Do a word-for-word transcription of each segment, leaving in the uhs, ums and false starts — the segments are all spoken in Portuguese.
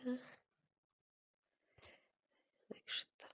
Onde é que está?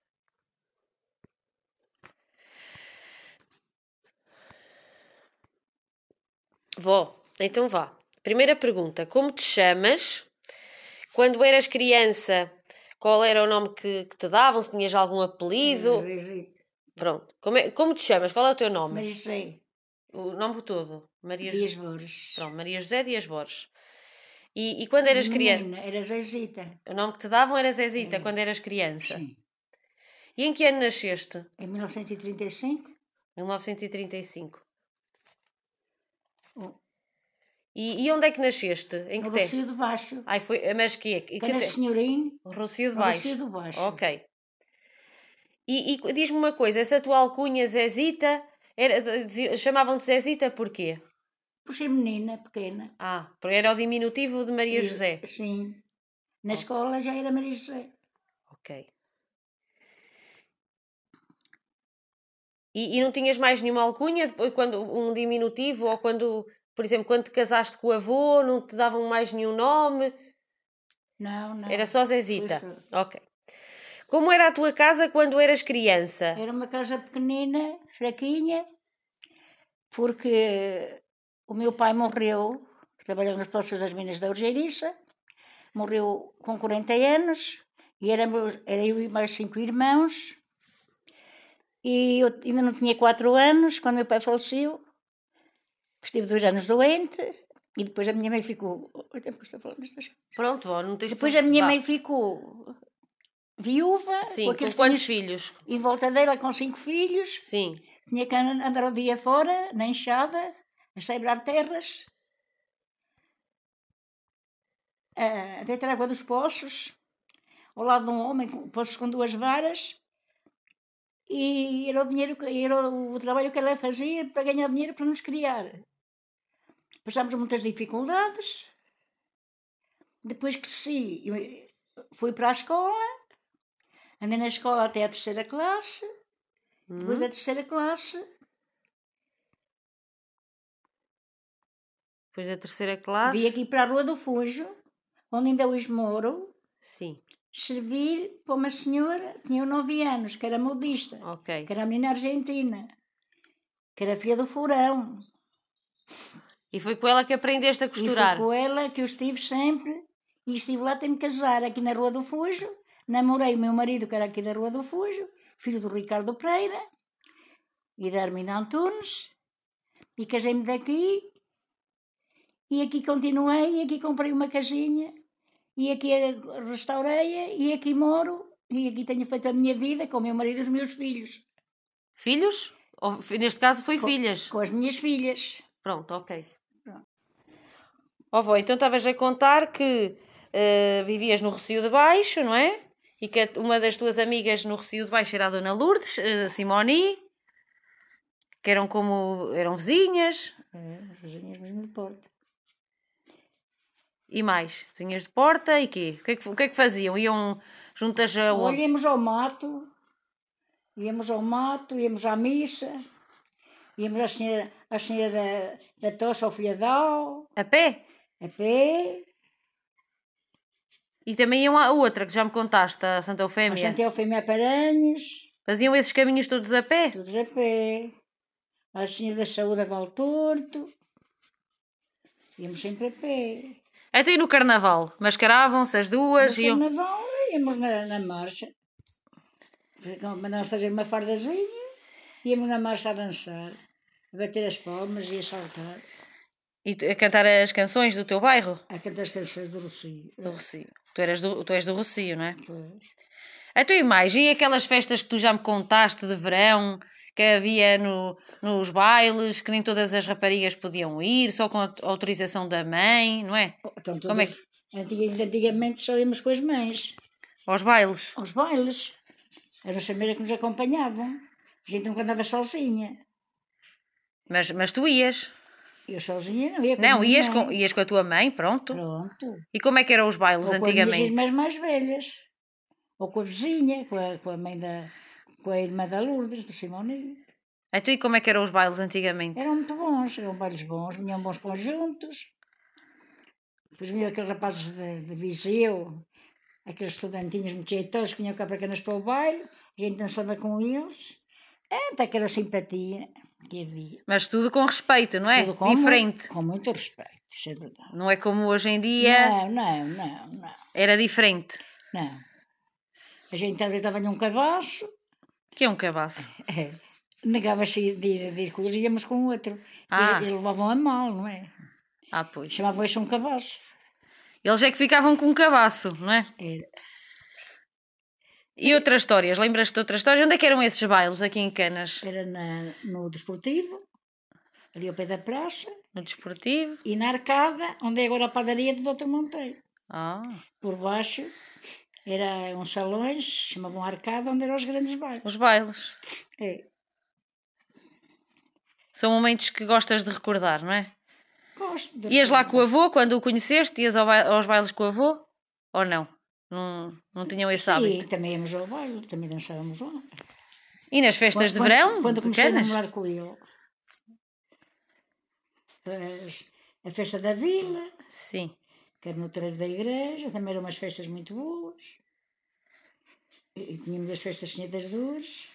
Vó, então vá. Primeira pergunta. Como te chamas? Quando eras criança, qual era o nome que, que te davam? Se tinhas algum apelido? Zezita. Pronto. Como, é- como te chamas? Qual é o teu nome? Maria José O nome todo? Maria Dias José. Borges. Pronto, Maria José Dias Borges. E, e quando eras E criança? menina, era Zezita. O nome que te davam era Zezita, É. quando eras criança. Sim. E em que ano nasceste? Em mil novecentos e trinta e cinco. mil novecentos e trinta e cinco. Oh, E, e onde é que nasceste? Em que no te... Rocio de Baixo. Ai, foi... Mas que é? Que Cana te... Senhorim. Rocio de No Baixo. Rocio de Baixo. Ok. E, e diz-me uma coisa, essa tua alcunha Zezita, era, dizia- chamavam-te Zezita porquê? Por ser menina, pequena. Ah, porque era o diminutivo de Maria E, José. sim. Na Oh. escola já era Maria José. Ok. E, e não tinhas mais nenhuma alcunha, depois, quando, um diminutivo, ou quando, por exemplo, quando te casaste com o avô, não te davam mais nenhum nome? Não, não. Era só Zezita? Foi só. Ok. Como era a tua casa quando eras criança? Era uma casa pequenina, fraquinha, porque o meu pai morreu, trabalhava nos Poços das Minas da Urgeiriça, morreu com quarenta anos, e éramos, era eu e mais cinco irmãos, e eu ainda não tinha quatro anos quando meu pai faleceu, estive dois anos doente, e depois a minha mãe ficou... Pronto, vó, não tens... Depois a minha Vá. mãe ficou viúva, Sim, com com aqueles quantos filhos filhos? em volta dela, com cinco filhos. Sim. Tinha que andar o dia fora, na enxada, a sembrar terras, a deitar água dos poços, ao lado de um homem, com poços com duas varas, e era o dinheiro, era o trabalho que ela fazia para ganhar dinheiro para nos criar. Passámos muitas dificuldades. Depois cresci, fui para a escola, andei na escola até a terceira classe. Depois Hum. da terceira classe, Depois da terceira classe. vim aqui para a Rua do Fujo, onde ainda hoje moro. Sim. Servir para uma senhora, tinha nove anos, que era modista, Ok. que era a menina argentina, que era filha do Furão. E foi com ela que aprendeste a E costurar? foi com ela que eu estive sempre, e estive lá até me casar, aqui na Rua do Fujo. Namorei o meu marido, que era aqui da Rua do Fujo, filho do Ricardo Pereira e da Arminda Antunes, e casei-me daqui, e aqui continuei, e aqui comprei uma casinha, e aqui restaurei, e aqui moro, e aqui tenho feito a minha vida com o meu marido e os meus filhos. Filhos? Ou, neste caso foi com, filhas? Com as minhas filhas. Pronto, ok. Ó vó, então estavas a contar que uh, vivias no Rocio de Baixo, não é? E que uma das tuas amigas no Rocio de Baixo era a Dona Lourdes, uh, Simoni, que eram como... eram vizinhas. É, as vizinhas mesmo de porta. E mais? Vizinhas de porta e quê? O que é que, o que, é que faziam? Iam juntas a... Olha, íamos ao mato, íamos ao mato, íamos à missa, íamos à senhora, à senhora da, da Tocha ao Filhadal. A pé? A pé. E também iam a outra, que já me contaste, a Santa Eufémia. A Santa Eufémia a Paranhos. Faziam esses caminhos todos a pé? Todos a pé. A senhora da Saúde a Valtorto. Íamos sempre a pé. Então e no Carnaval? Mascaravam-se as duas? No iam... Carnaval íamos na, na marcha. Mandámos fazer uma fardazinha, íamos na marcha a dançar, a bater as palmas e a saltar. E a cantar as canções do teu bairro? A cantar as canções do Rocio. Do Rocio. Tu, eras do, tu és do Rocio, não é? Pois. Então e mais? E aquelas festas que tu já me contaste de verão, que havia no, nos bailes, que nem todas as raparigas podiam ir, só com a autorização da mãe, não é? Então, todos, como é que... antigamente, antigamente só íamos com as mães. Aos bailes? Aos bailes. Eram as famílias que nos acompanhavam. A gente nunca andava sozinha. Mas, mas tu ias? Eu sozinha não ia com Não, a ias mãe. com, ias com a tua mãe, pronto. Pronto. E como é que eram os bailes Ou antigamente? com as minhas irmãs mais velhas. Ou com a vizinha, com a, com a mãe da... com a irmã da Lourdes, do Simone. Então e como é que eram os bailes antigamente? Eram muito bons, eram bailes bons, vinham bons conjuntos. Depois vinham aqueles rapazes de, de Viseu, aqueles estudantinhos muito jeitosos que vinham cá para canas para o baile, a gente dançava com eles. Até aquela simpatia que havia. Mas tudo com respeito, não é? Tudo com Diferente. Muito, com muito respeito, isso é verdade. Não é como hoje em dia. Não, não, não, não. Era diferente. Não. A gente apresentava-lhe um cabaço. Que é um cabaço? É, negava-se de ir, de ir com eles e íamos com o outro. Ah. Eles levavam a mal, não é? Ah, pois. Chamavam isso um cabaço. Eles é que ficavam com um cabaço, não é? Era. E outras histórias? Lembras-te de outras histórias? Onde é que eram esses bailes aqui em Canas? Era na, no Desportivo, ali ao pé da praça, No Desportivo? e na Arcada, onde é agora a padaria do doutor Monteiro. Ah. Por baixo era uns salões, chamavam Arcada, onde eram os grandes bailes. Os bailes. É. São momentos que gostas de recordar, não é? Gosto de Ias lá recordar. com o avô quando o conheceste? Ias ao ba- aos bailes com o avô? Ou não? Não, não tinham esse Sim, hábito? também íamos ao baile, também dançávamos lá. E nas festas de Quando- verão? Quando de comecei a Canas? namorar com ele. As- A festa da vila, Sim. que era no terreiro da igreja, também eram umas festas muito boas. E, e tínhamos as festas Senhor das Dores.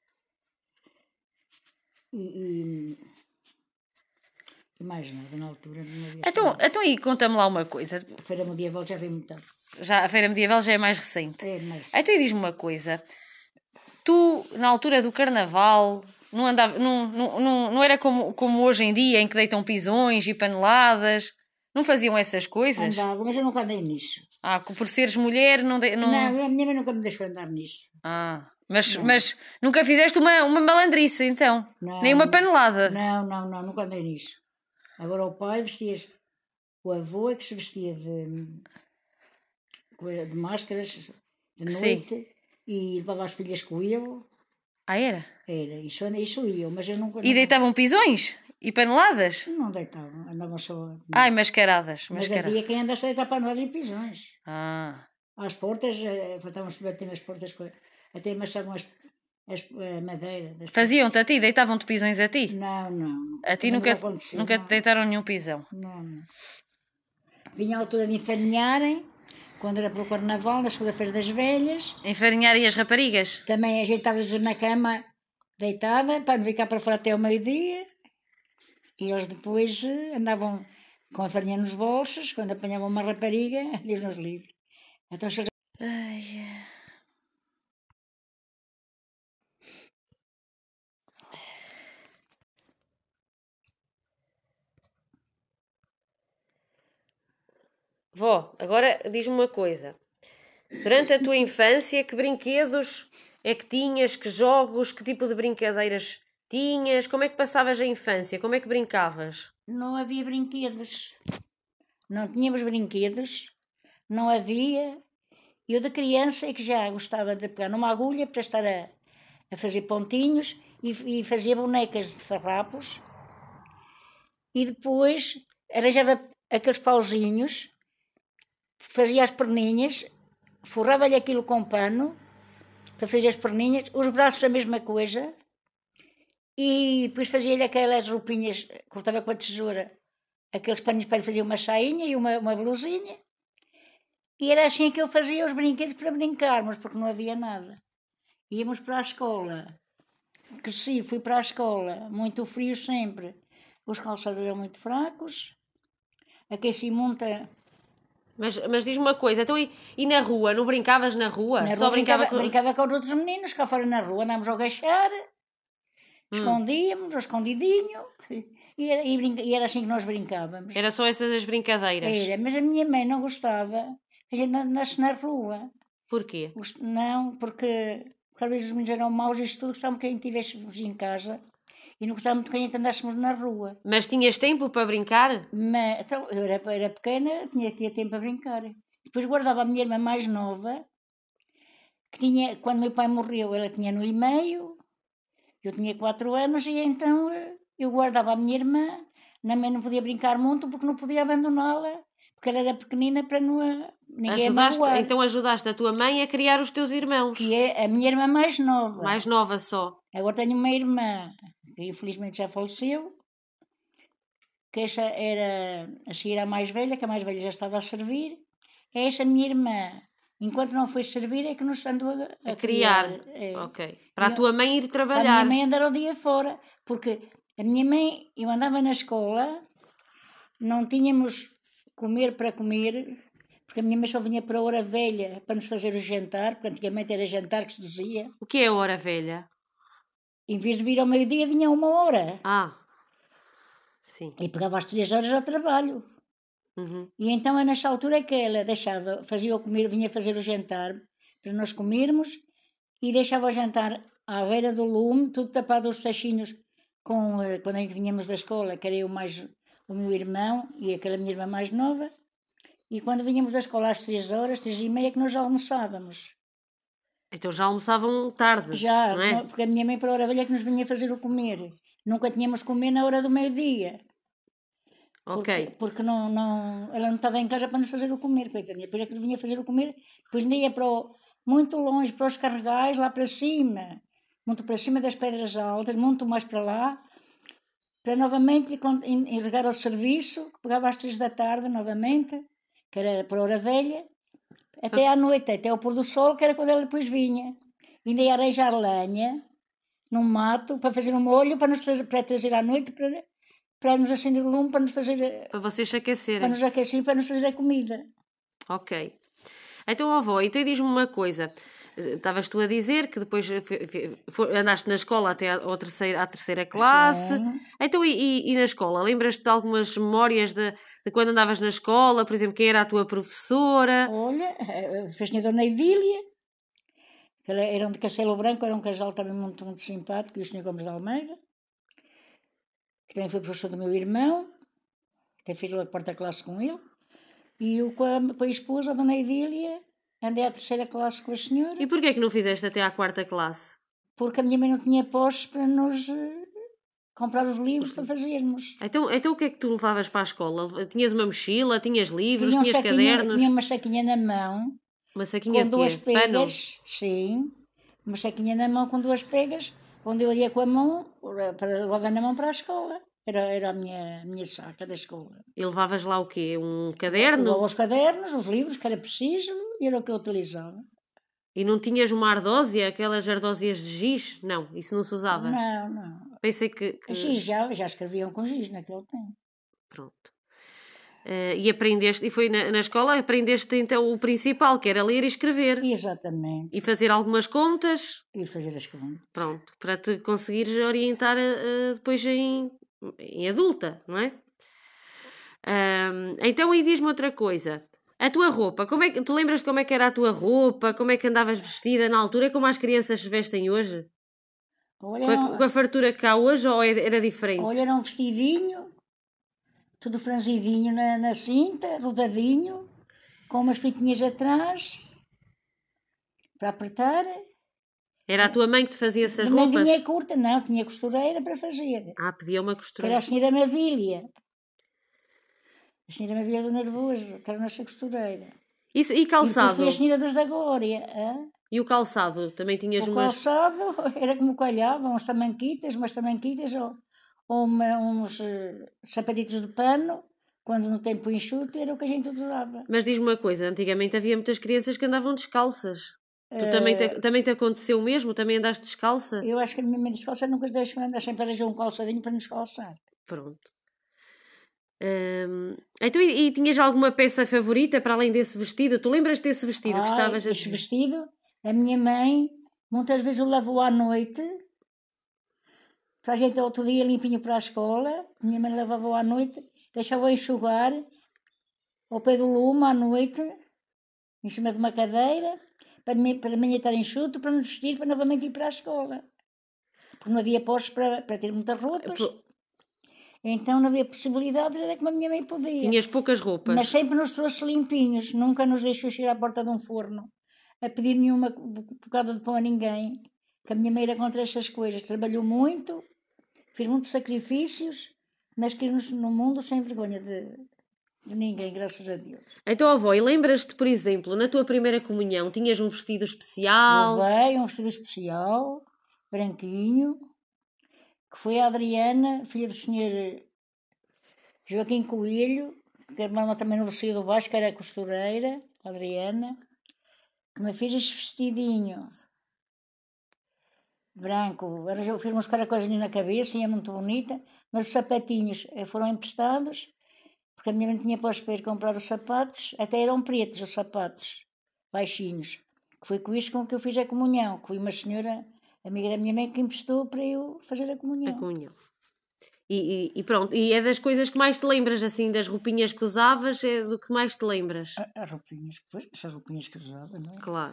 E, e, e mais nada, na altura não havia. Então, então aí conta-me lá uma coisa. A feira medieval já veio muito tarde. Já, a Feira Medieval já é mais recente. É, mas Então e diz-me uma coisa. Tu, na altura do Carnaval, não, andava, não, não, não, não era como, como hoje em dia, em que deitam pisões e paneladas? Não faziam essas coisas? andava, mas eu nunca andei nisso. Ah, por seres mulher, não... De, não... Não, a minha mãe nunca me deixou andar nisso. Ah, mas, mas nunca fizeste uma, uma malandrice, então? Não, Nem uma panelada? Não, não, não, nunca andei nisso. Agora o pai vestia-se, o avô é que se vestia de, de máscaras de Sim. noite e levava as filhas com ele. Ah, era? Era, isso, isso ia, mas eu nunca. E deitavam pisões? E paneladas? Não deitavam, andavam só. Ai, mascaradas. mas mascara- havia quem andasse a deitar para nós em pisões. Ah, Às portas, eh, faltavam-se bater nas portas, com- até amassavam as, as, a madeira. Das faziam-te a ti? Deitavam-te pisões a ti? Não, não. A ti Também nunca, não acontecia, nunca não. te deitaram nenhum pisão? Não, não. Vinha a altura de enfarinharem, quando era pelo Carnaval, na segunda-feira das velhas. Enfarinharem as raparigas? Também a gente estava na cama, deitada, para não ficar para fora até ao meio-dia. E eles depois eh, andavam com a farinha nos bolsos, quando apanhavam uma rapariga, Deus nos livre. Então, se eles- Ai, é. Vó, agora diz-me uma coisa. Durante a tua infância, que brinquedos é que tinhas? Que jogos? Que tipo de brincadeiras tinhas? Como é que passavas a infância? Como é que brincavas? não havia brinquedos. Não tínhamos brinquedos, não havia. Eu de criança é que já gostava de pegar numa agulha para estar a, a fazer pontinhos e, e fazia bonecas de farrapos. E depois arranjava aqueles pauzinhos, fazia as perninhas, forrava-lhe aquilo com pano para fazer as perninhas, os braços a mesma coisa, e depois fazia-lhe aquelas roupinhas, cortava com a tesoura, aqueles paninhos para lhe fazer uma sainha e uma, uma blusinha. E era assim que eu fazia os brinquedos para brincarmos, porque não havia nada. Íamos para a escola. Cresci, fui para a escola, muito frio sempre. Os calçados eram muito fracos. Aqueci muito. Mas, mas diz-me uma coisa, então e, e na rua? Não brincavas na rua? Na Só rua brincava, brincava, com... brincava com os outros meninos, cá fora na rua, andávamos a agachar, escondíamos, ao escondidinho, e era, e, brinca- e era assim que nós brincávamos. Era só essas as brincadeiras? Era, mas a minha mãe não gostava que a gente andasse na rua. Porquê? Gost- Não, porque, porque às vezes os meninos eram maus e isso tudo, gostavam que a gente estivéssemos em casa e não gostavam muito que a gente andássemos na rua. Mas tinhas tempo para brincar? Mas, então, eu era, era pequena, tinha, tinha tempo para brincar. Depois guardava a minha irmã mais nova, que tinha, quando meu pai morreu, ela tinha no e meio, eu tinha quatro anos, e então eh, eu guardava a minha irmã, na mãe não podia brincar muito porque não podia abandoná-la, porque ela era pequenina para não a, ninguém a Ajudaste, magoar. então ajudaste a tua mãe a criar os teus irmãos. Que é a minha irmã mais nova. Mais nova só. Agora tenho uma irmã, que infelizmente já faleceu, que essa era a seguir a mais velha, que a mais velha já estava a servir. É essa minha irmã, enquanto não foi servir, é que nos andou a, a, A criar. criar. É. Ok. Para a E tua mãe ir Para a trabalhar. minha mãe andar o dia fora, porque a minha mãe, eu andava na escola, não tínhamos comer para comer, porque a minha mãe só vinha para a hora velha para nos fazer o jantar, porque antigamente era jantar que se dizia. O que é a hora velha? Em vez de vir ao meio-dia, vinha a uma hora. Ah, sim. E pegava às três horas ao trabalho. Uhum. E então é nessa altura que ela deixava, fazia o comer, vinha fazer o jantar para nós comermos e deixava o jantar à beira do lume, tudo tapado os tachinhos com, quando a gente vinhamos da escola, que era eu mais o meu irmão e aquela minha irmã mais nova. E quando vinhamos da escola às três horas, três e meia, que nós almoçávamos. Então já almoçavam tarde, Já, não é? porque a minha mãe para a hora velha que nos vinha fazer o comer. Nunca tínhamos comer na hora do meio-dia. Porque, Ok. porque não, não, ela não estava em casa para nos fazer o comer, coitadinha. Depois é que nos vinha fazer o comer, depois ainda ia para o, muito longe, para os Carregais, lá para cima. Muito para cima das Pedras Altas, muito mais para lá, para novamente enregar ao serviço, que pegava às três da tarde novamente, que era para a hora velha, até à noite, até ao pôr do sol, que era quando ela depois vinha. Ainda ia arejar lenha, num mato, para fazer um molho, para nos trazer, para trazer à noite, para, para nos acender o lume, para nos fazer... Para vocês se aquecerem. Para nos aquecer, para nos fazer a comida. Ok. Então, avó, então diz-me uma coisa. Estavas tu a dizer que depois andaste na escola até à terceira, à terceira classe. Sim. Então, e, e na escola? Lembras-te de algumas memórias de, de quando andavas na escola? Por exemplo, quem era a tua professora? Olha, fez a Dona Evília. Ela era de Castelo Branco, era um casal também muito, muito simpático, e o senhor Gomes de Almeida, que também foi professor do meu irmão, que tem filho da quarta classe com ele. E eu, com a, com a esposa, a Dona Evília, andei à terceira classe com a senhora. E porquê é que não fizeste até à quarta classe? Porque a minha mãe não tinha postos para nos uh, comprar os livros para fazermos. Então, então o que é que tu levavas para a escola? Tinhas uma mochila, tinhas livros, tinha um tinhas saquinho, cadernos? Tinha uma saquinha na mão, Uma saquinha com de duas quê? Pano? pegas, sim, uma saquinha na mão com duas pegas, onde eu ia com a mão, para levar na mão para a escola. Era, era a minha, minha saca da escola. E levavas lá o quê? Um caderno? Levava os cadernos, os livros, que era preciso, e era o que eu utilizava. E não tinhas uma ardósia, aquelas ardósias de giz? Não, isso não se usava. Não, não. Pensei que... que... Giz, já, já escreviam com giz naquele tempo. Pronto. Uh, e aprendeste, e foi na, na escola, aprendeste então o principal, que era ler e escrever. Exatamente. E fazer algumas contas. E fazer as contas. Pronto, para te conseguires orientar uh, depois em, em adulta, não é? Um, então aí diz-me outra coisa. A tua roupa, como é que, tu lembras-te como é que era a tua roupa? Como é que andavas vestida na altura? É como as crianças se vestem hoje? Olha, com, a, com a fartura que há hoje ou era diferente? Olha, era um vestidinho, tudo franzidinho na, na cinta, rodadinho, com umas fitinhas atrás, para apertar. Era a tua mãe que te fazia essas Também roupas? tinha curta, não, tinha costureira para fazer. Ah, pedia uma Que costureira. era a senhora Mavília. A senhora Mavília do Nervoso, que era a nossa costureira. Isso, e calçado? E depois foi a senhora dos da Glória. Hein? E o calçado? Também tinhas o umas... O calçado era como calhava, uns tamanquitas, umas tamanquitas ou, ou uma, uns uh, sapatitos de pano. Quando no tempo enxuto era o que a gente usava. Mas diz-me uma coisa, antigamente havia muitas crianças que andavam descalças. Tu Uh, também te, também te aconteceu mesmo? Também andaste descalça? Eu acho que a minha mãe descalça nunca se deixou andar, sempre arranjou um calçadinho para nos calçar. Pronto. Hum, então, e, e tinhas alguma peça favorita para além desse vestido? Tu lembras desse vestido Ai, que estavas a esse dizer? vestido, a minha mãe, muitas vezes o lavou à noite, para a gente outro dia limpinho para a escola. A minha mãe lavava-o à noite, deixava-o enxugar ao pé do lume à noite, em cima de uma cadeira, para de manhã, para de manhã estar enxuto, para nos vestir, para novamente ir para a escola. Porque não havia postos para, para ter muitas roupas. P- Então não havia possibilidades, era como a minha mãe podia. Tinhas poucas roupas. Mas sempre nos trouxe limpinhos, nunca nos deixou chegar à porta de um forno, a pedir nenhuma bocada de pão a ninguém, que a minha mãe era contra essas coisas. Trabalhou muito, fez muitos sacrifícios, mas que nos no mundo sem vergonha de, de ninguém, graças a Deus. Então, avó, e lembras-te, por exemplo, na tua primeira comunhão, tinhas um vestido especial? Levei um vestido especial, branquinho, que foi a Adriana, filha do senhor Joaquim Coelho, que era uma também no Rocio do Baixo, que era costureira, Adriana, que me fez este vestidinho branco, arranjou, fez umas caracolzinhos na cabeça e é muito bonita, mas os sapatinhos foram emprestados, porque a minha mãe tinha para para ir comprar os sapatos, até eram pretos os sapatos, baixinhos, que foi com isto com que eu fiz a comunhão, que foi uma senhora, amiga da minha mãe, que emprestou para eu fazer a comunhão. A comunhão. E, e, e pronto, e é das coisas que mais te lembras, assim, das roupinhas que usavas, é do que mais te lembras? As roupinhas, pois, essas roupinhas que usava, não é? Claro.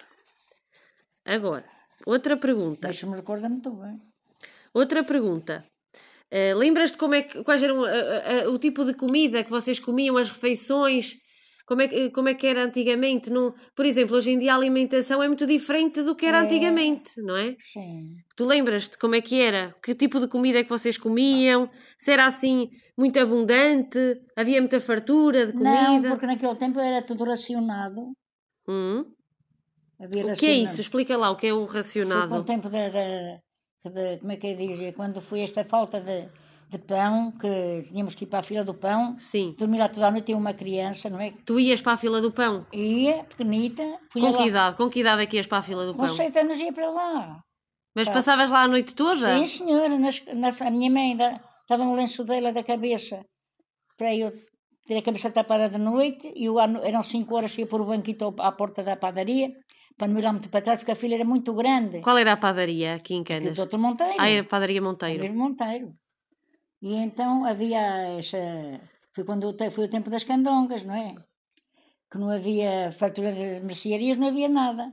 Agora, outra pergunta. Deixa-me recordar muito bem. Outra pergunta. Uh, lembras-te como é que, quais eram uh, uh, uh, o tipo de comida que vocês comiam, as refeições? Como é, que, como é que era antigamente? Não, por exemplo, hoje em dia a alimentação é muito diferente do que era É. antigamente, não é? Sim. Tu lembras-te como é que era? Que tipo de comida é que vocês comiam? Se era assim muito abundante? Havia muita fartura de comida? Não, porque naquele tempo era tudo racionado. Hum? Havia O que é racionado. isso? Explica lá o que é o Foi racionado. com o tempo da, da, da- como é que é dizer, quando foi esta falta de, de pão, que tínhamos que ir para a fila do pão, Sim. dormir lá toda a noite, tinha uma criança, não é? Tu ias para a fila do pão? Ia, pequenita, punha Com que lá, idade? Com que idade é que ias para a fila do com pão? sete anos ia para lá. Mas passavas lá a noite toda? Sim, senhora, nas, na, a minha mãe dava-me o lenço dela da cabeça para eu ter a cabeça tapada de noite, e eu, eram cinco horas, ia pôr o banquito à porta da padaria, para não ir lá muito para trás, porque a fila era muito grande. Qual era a padaria aqui em Aqui Canas? o doutor Monteiro. Ah, era a padaria Monteiro. Mesmo Monteiro. E então havia essa... Foi quando eu te- foi o tempo das candongas, não é? Que não havia fartura de mercearias, não havia nada.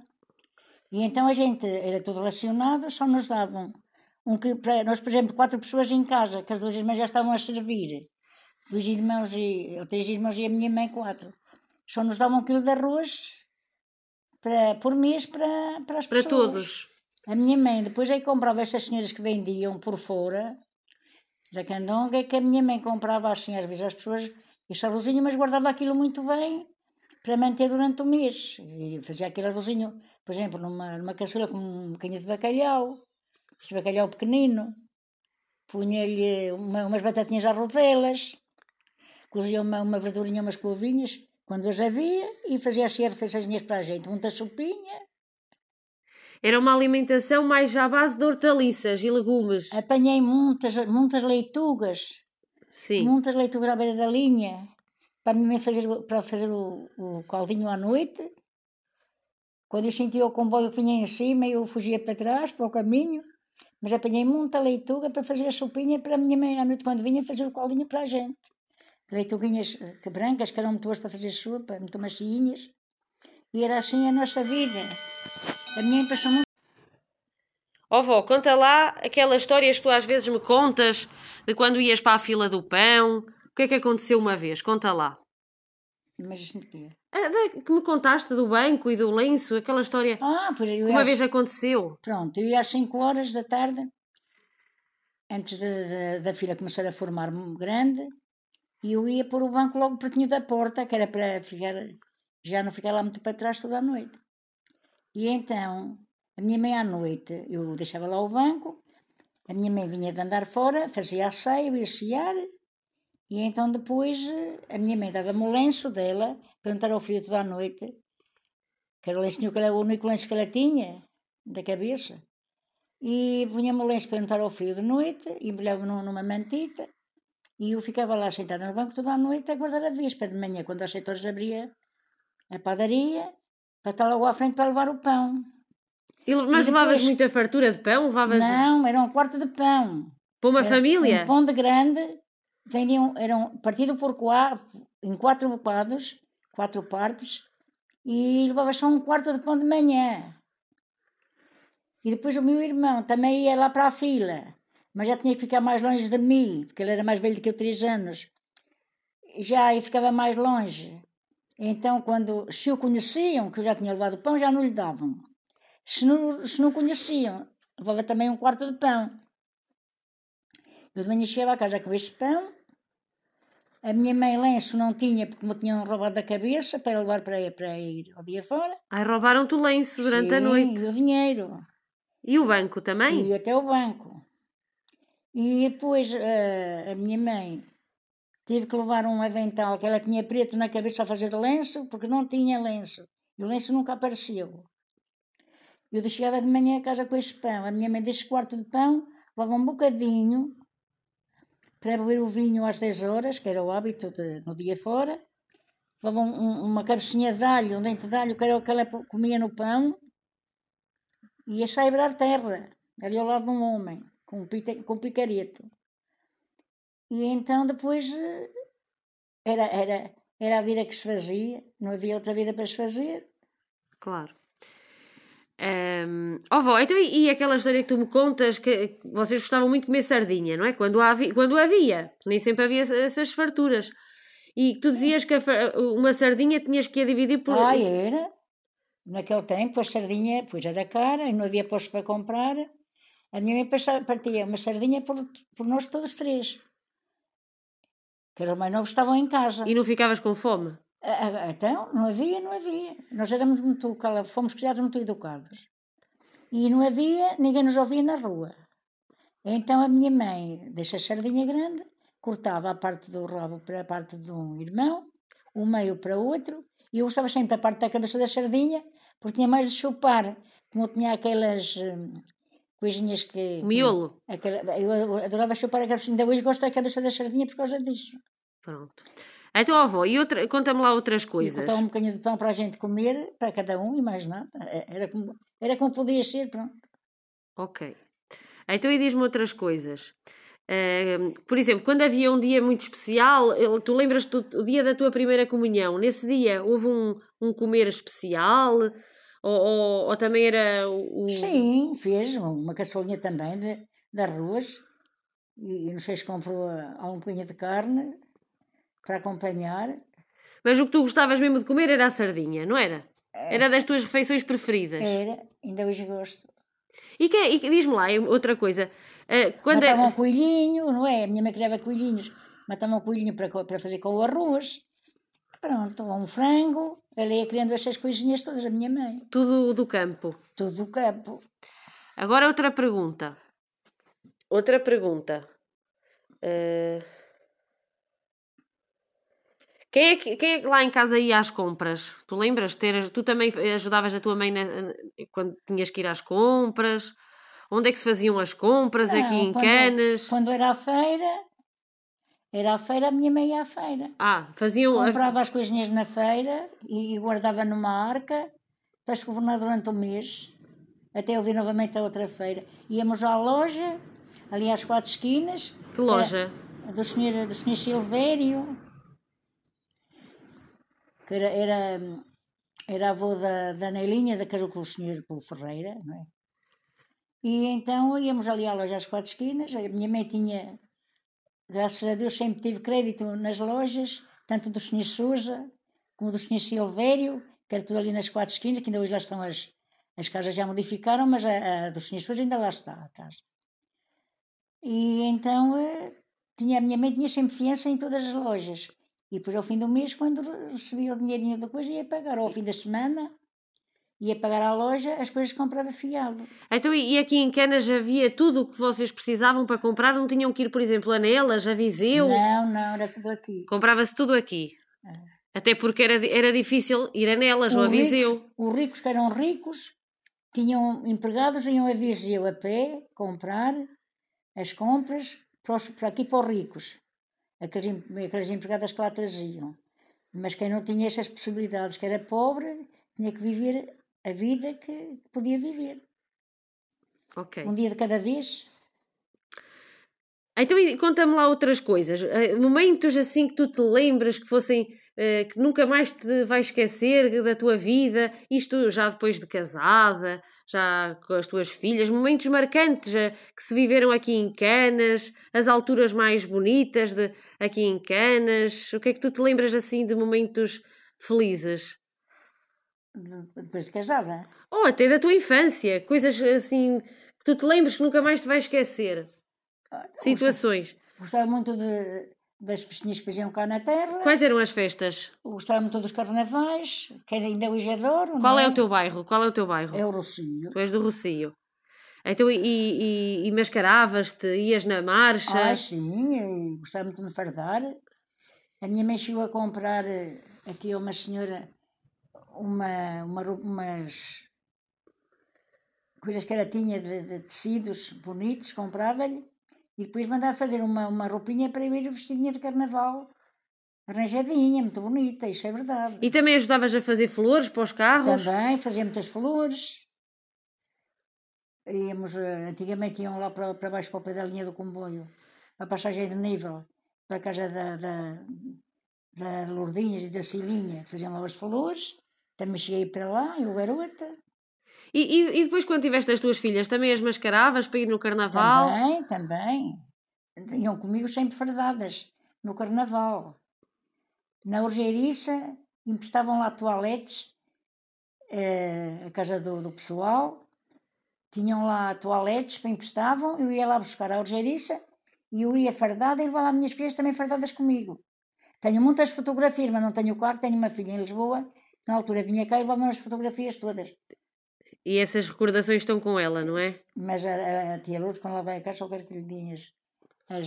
E então a gente era tudo racionado, só nos davam um que para nós, por exemplo, quatro pessoas em casa, que as duas irmãs já estavam a servir, dois irmãos e ou três irmãos e a minha mãe quatro, só nos davam um quilo de arroz para, por mês para, para as Para pessoas. todos. A minha mãe depois aí comprava essas senhoras que vendiam por fora da candonga, é que a minha mãe comprava assim às vezes às pessoas esse arrozinho, mas guardava aquilo muito bem para manter durante o mês. E fazia aquele arrozinho, por exemplo, numa, numa caçula com um bocadinho de bacalhau, esse bacalhau pequenino, punha-lhe uma, umas batatinhas à rodelas, cozia uma, uma verdurinha, umas couvinhas, quando as havia, e fazia assim as refeições para a gente, muita sopinha. Era uma alimentação mais à base de hortaliças e legumes. Apanhei muitas, muitas leitugas, Sim. muitas leitugas à beira da linha, para a minha mãe fazer, para fazer o, o caldinho à noite. Quando eu sentia o comboio que vinha em cima, eu fugia para trás, para o caminho, mas apanhei muita leituga para fazer a sopinha para a minha mãe à noite, quando vinha, fazer o caldinho para a gente. Leituguinhas que brancas, que eram muito boas para fazer sopa, muito macinhas. E era assim a nossa vida. A minha mãe passou muito. Ó oh, vó, conta lá aquelas histórias que tu às vezes me contas de quando ias para a fila do pão. O que é que aconteceu uma vez? Conta lá. Mas isto não quê? Ah, da- que me contaste do banco e do lenço, aquela história que Ah, pois eu ia uma às- vez aconteceu. Pronto, eu ia às cinco horas da tarde, antes de, de- da fila começar a formar grande, e eu ia pôr o banco logo pertinho da porta, que era para ficar, já não ficar lá muito para trás toda a noite. E então, a minha mãe à noite, eu deixava lá o banco, a minha mãe vinha de andar fora, fazia a ceia, eu ia cear, e então depois a minha mãe dava-me o lenço dela, para não estar ao frio toda a noite, que era o lenço, que era o único lenço que ela tinha, da cabeça. E punha-me o lenço para não estar ao frio de noite, e embrulhava-me numa mantita, e eu ficava lá sentada no banco toda a noite a guardar a vespa. De manhã, quando às sete horas abria a padaria, para estar logo à frente para levar o pão. E, mas E levavas depois- muita fartura de pão? Levavas Não, era um quarto de pão. para uma Era família? Um pão de grande, vendiam, eram partido por quatro, em quatro bocados, quatro partes, e levava só um quarto de pão de manhã. E depois o meu irmão também ia lá para a fila, mas já tinha que ficar mais longe de mim, porque ele era mais velho do que eu, três anos. Já aí ficava mais longe. Então, quando, se o conheciam, que eu já tinha levado pão, já não lhe davam. Se não, se não conheciam, levava também um quarto de pão. Eu de manhã chegava a casa com este pão. A minha mãe lenço não tinha, porque me tinham roubado da cabeça para levar para, para ir ao dia fora. Ai, roubaram-te o lenço durante a Sim, noite. e o dinheiro. E o banco também? E até o banco. E depois a, a minha mãe tive que levar um avental que ela tinha preto na cabeça a fazer lenço, porque não tinha lenço. E o lenço nunca apareceu. Eu chegava de manhã a casa com esse pão. A minha mãe desse quarto de pão, levava um bocadinho para beber o vinho às dez horas, que era o hábito de, no dia fora. Levava um, um, uma cabecinha de alho, um dente de alho, que era o que ela comia no pão. E ia saibrar terra, ali ao lado de um homem, com um, pita, com um picareta. E então depois era, era, era a vida que se fazia, não havia outra vida para se fazer. Claro. Um, oh, vó, então e, e aquela história que tu me contas que vocês gostavam muito de comer sardinha, não é? Quando havia, quando havia, nem sempre havia essas farturas. E tu dizias que a, uma sardinha tinhas que a dividir por... Ah, era. Naquele tempo a sardinha pois era cara e não havia postos para comprar. A minha mãe partia uma sardinha por, por nós todos três. Que os mais novos estavam em casa. E não ficavas com fome? Então, não havia, não havia. Nós éramos muito, fomos criados muito educados. E não havia, ninguém nos ouvia na rua. Então a minha mãe, deixa a sardinha grande, cortava a parte do rabo para a parte de um irmão, o meio para o outro, e eu gostava sempre da parte da cabeça da sardinha, porque tinha mais de chupar, como tinha aquelas hum, coisinhas que... Miolo? Aquela, eu adorava chupar a cabeça, ainda hoje gosto da cabeça da sardinha por causa disso. Pronto. Então, avó, e outra, conta-me lá outras coisas. E cortava um bocadinho de pão para a gente comer, para cada um, e mais nada. Era como, era como podia ser, pronto. Ok. Então, e diz-me outras coisas. Uh, por exemplo, quando havia um dia muito especial, tu lembras-te do dia da tua primeira comunhão? Nesse dia houve um, um comer especial? Ou, ou, ou também era o... Sim, fez uma caçolinha também de, de arroz. E, e não sei se comprou algum bocadinho de carne para acompanhar. Mas o que tu gostavas mesmo de comer era a sardinha, não era? É. Era das tuas refeições preferidas? Era, ainda hoje gosto. E, que, e diz-me lá outra coisa. Uh, quando Matava é... um coelhinho, não é? A minha mãe criava coelhinhos. Matava um coelhinho para, para fazer com o arroz. Pronto, um frango. Ela ia criando essas coisinhas todas, a minha mãe. Tudo do campo? Tudo do campo. Agora outra pergunta. Outra pergunta. Uh... Quem é, que, quem é que lá em casa ia às compras? Tu lembras? Ter, tu também ajudavas a tua mãe na, quando tinhas que ir às compras? Onde é que se faziam as compras? Não, aqui em quando, Canas? Quando era a feira, era a feira, a minha mãe ia à feira. Ah, faziam... Comprava a... as coisinhas na feira e guardava numa arca para se governar durante o mês, até eu vir novamente a outra feira. Íamos à loja, ali às quatro esquinas. Que loja? Do senhor, do senhor Silvério. Que era, era, era avô da, da Neilinha, da casou com o senhor Paulo Ferreira, não é? E então íamos ali à loja às quatro esquinas. A minha mãe tinha, graças a Deus, sempre tive crédito nas lojas, tanto do senhor Sousa como do senhor Silvério, que era tudo ali nas quatro esquinas, que ainda hoje lá estão as, as casas, já modificaram, mas a, a do senhor Sousa ainda lá está a casa. E então tinha, a minha mãe tinha sempre fiança em todas as lojas. E depois, ao fim do mês, quando recebia o dinheirinho da coisa, ia pagar. Ou ao fim da semana, ia pagar à loja as coisas que comprava fiado. Então, e aqui em Canas havia tudo o que vocês precisavam para comprar? Não tinham que ir, por exemplo, a Nelas, a Viseu? Não, não, era tudo aqui. Comprava-se tudo aqui? É. Até porque era, era difícil ir a Nelas ou a Viseu. Ricos, os ricos que eram ricos, tinham empregados, iam a Viseu a pé, comprar as compras, para, os, para aqui para os ricos. Aqueles, aquelas empregadas que lá traziam. Mas quem não tinha essas possibilidades, que era pobre, tinha que viver a vida que podia viver. Ok. Um dia de cada vez. Então conta-me lá outras coisas. Momentos assim que tu te lembras que fossem, que nunca mais te vais esquecer da tua vida, isto já depois de casada, já com as tuas filhas, momentos marcantes que se viveram aqui em Canas, as alturas mais bonitas de aqui em Canas. O que é que tu te lembras assim de momentos felizes? Depois de casada? Ou até da tua infância, coisas assim que tu te lembras que nunca mais te vais esquecer. Situações. Gostava, gostava muito de, das festinhas que faziam cá na terra. Quais eram as festas? Gostava muito dos carnavais, que ainda hoje adoro. Qual é? é o teu bairro? Qual é o teu bairro? É o Rocio. Tu és do Rocio. Então, e, e, e mascaravas-te? Ias na marcha? Ah, sim, gostava muito de me fardar. A minha mãe chegou a comprar eh, aqui a uma senhora uma, uma, roupa- umas coisas que ela tinha de, de tecidos bonitos, comprava-lhe e depois mandava fazer uma, uma roupinha para eu ir vestidinha de carnaval, arranjadinha, muito bonita, isso é verdade. E também ajudavas a fazer flores para os carros? Também fazia muitas flores. Íamos, eh, antigamente iam lá para, para baixo para o pé da linha do comboio, a passagem de nível, para a casa da, da, da Lourdinhas e da Cilinha, faziam lá as flores, também cheguei para lá, eu garota. E, e, e depois, quando tiveste as tuas filhas, também as mascaravas para ir no carnaval? Também, também. Iam comigo sempre fardadas, no carnaval. Na Orgeiriça, emprestavam lá toaletes, eh, a casa do, do pessoal, tinham lá toaletes que emprestavam, eu ia lá buscar a Orgeiriça e eu ia fardada e levava as minhas filhas também fardadas comigo. Tenho muitas fotografias, mas não tenho claro, tenho uma filha em Lisboa, na altura vinha cá e levava as fotografias todas. E essas recordações estão com ela, não é? Mas a, a, a tia Lourdes, quando ela vai a casa, só quero que lhe deem as, as,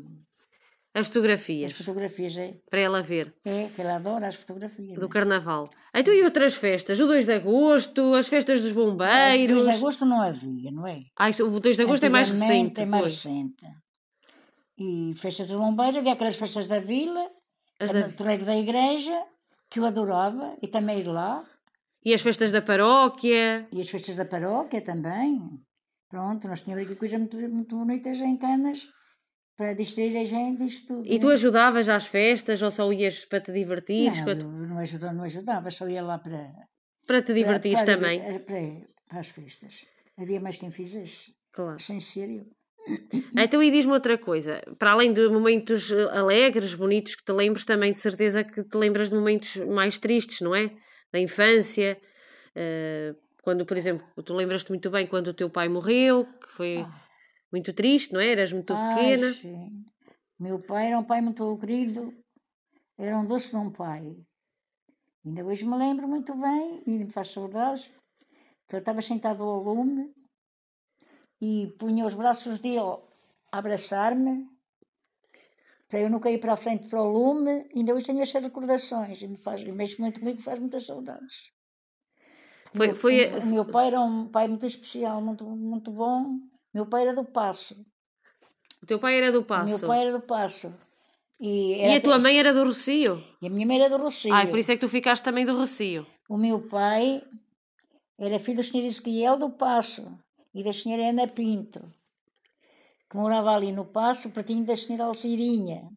As fotografias. as fotografias, é? Para ela ver. É, que ela adora as fotografias. Do né? carnaval. Então e outras festas? O dois de agosto, as festas dos bombeiros. dois de agosto não havia, não é? Ai, o dois de agosto é mais recente. É mais Pois. recente. E festas dos bombeiros, havia aquelas festas da vila, As também da- o torneio da igreja, que eu adorava, e também ir lá. E as festas da paróquia. E as festas da paróquia também. Pronto, nós tínhamos aqui coisas muito, muito bonitas em Canas, para distrair a gente disto tudo. E tu ajudavas às festas ou só ias para te divertires? Não, Para, eu não ajudava, não ajudava, só ia lá para... para te divertires para, também? Para, para, para as festas. Havia mais quem fizesse, Claro. sem ser eu. Então e diz-me outra coisa. Para além de momentos eh, alegres, bonitos que te lembres, também de certeza que te lembras de momentos mais tristes, não é? Da infância. eh, quando, por exemplo, tu lembras-te muito bem quando o teu pai morreu, que foi muito triste, não é? Eras muito Ai, pequena. sim. Meu pai era um pai muito querido, era um doce de um pai. Ainda hoje me lembro muito bem e me faz saudades que ele estava sentado ao lume e punha os braços dele a abraçar-me para eu não cair para a frente para o lume. Ainda hoje tenho estas recordações e me faz, e mexe muito comigo, faz muitas saudades. Foi, Meu- foi, o, o meu pai era um pai muito especial, muito, muito bom. Meu pai era do Paço. o teu pai era do O meu Paço. pai era do Paço. E, E era a tua até- mãe era do Rocio. e a minha mãe era do Rocio. Ai, por isso é que tu ficaste também do Rocio. O meu pai era filho do senhor Ezequiel do Paço e da senhora Ana Pinto, que morava ali no Paço, pertinho da senhora Alcirinha,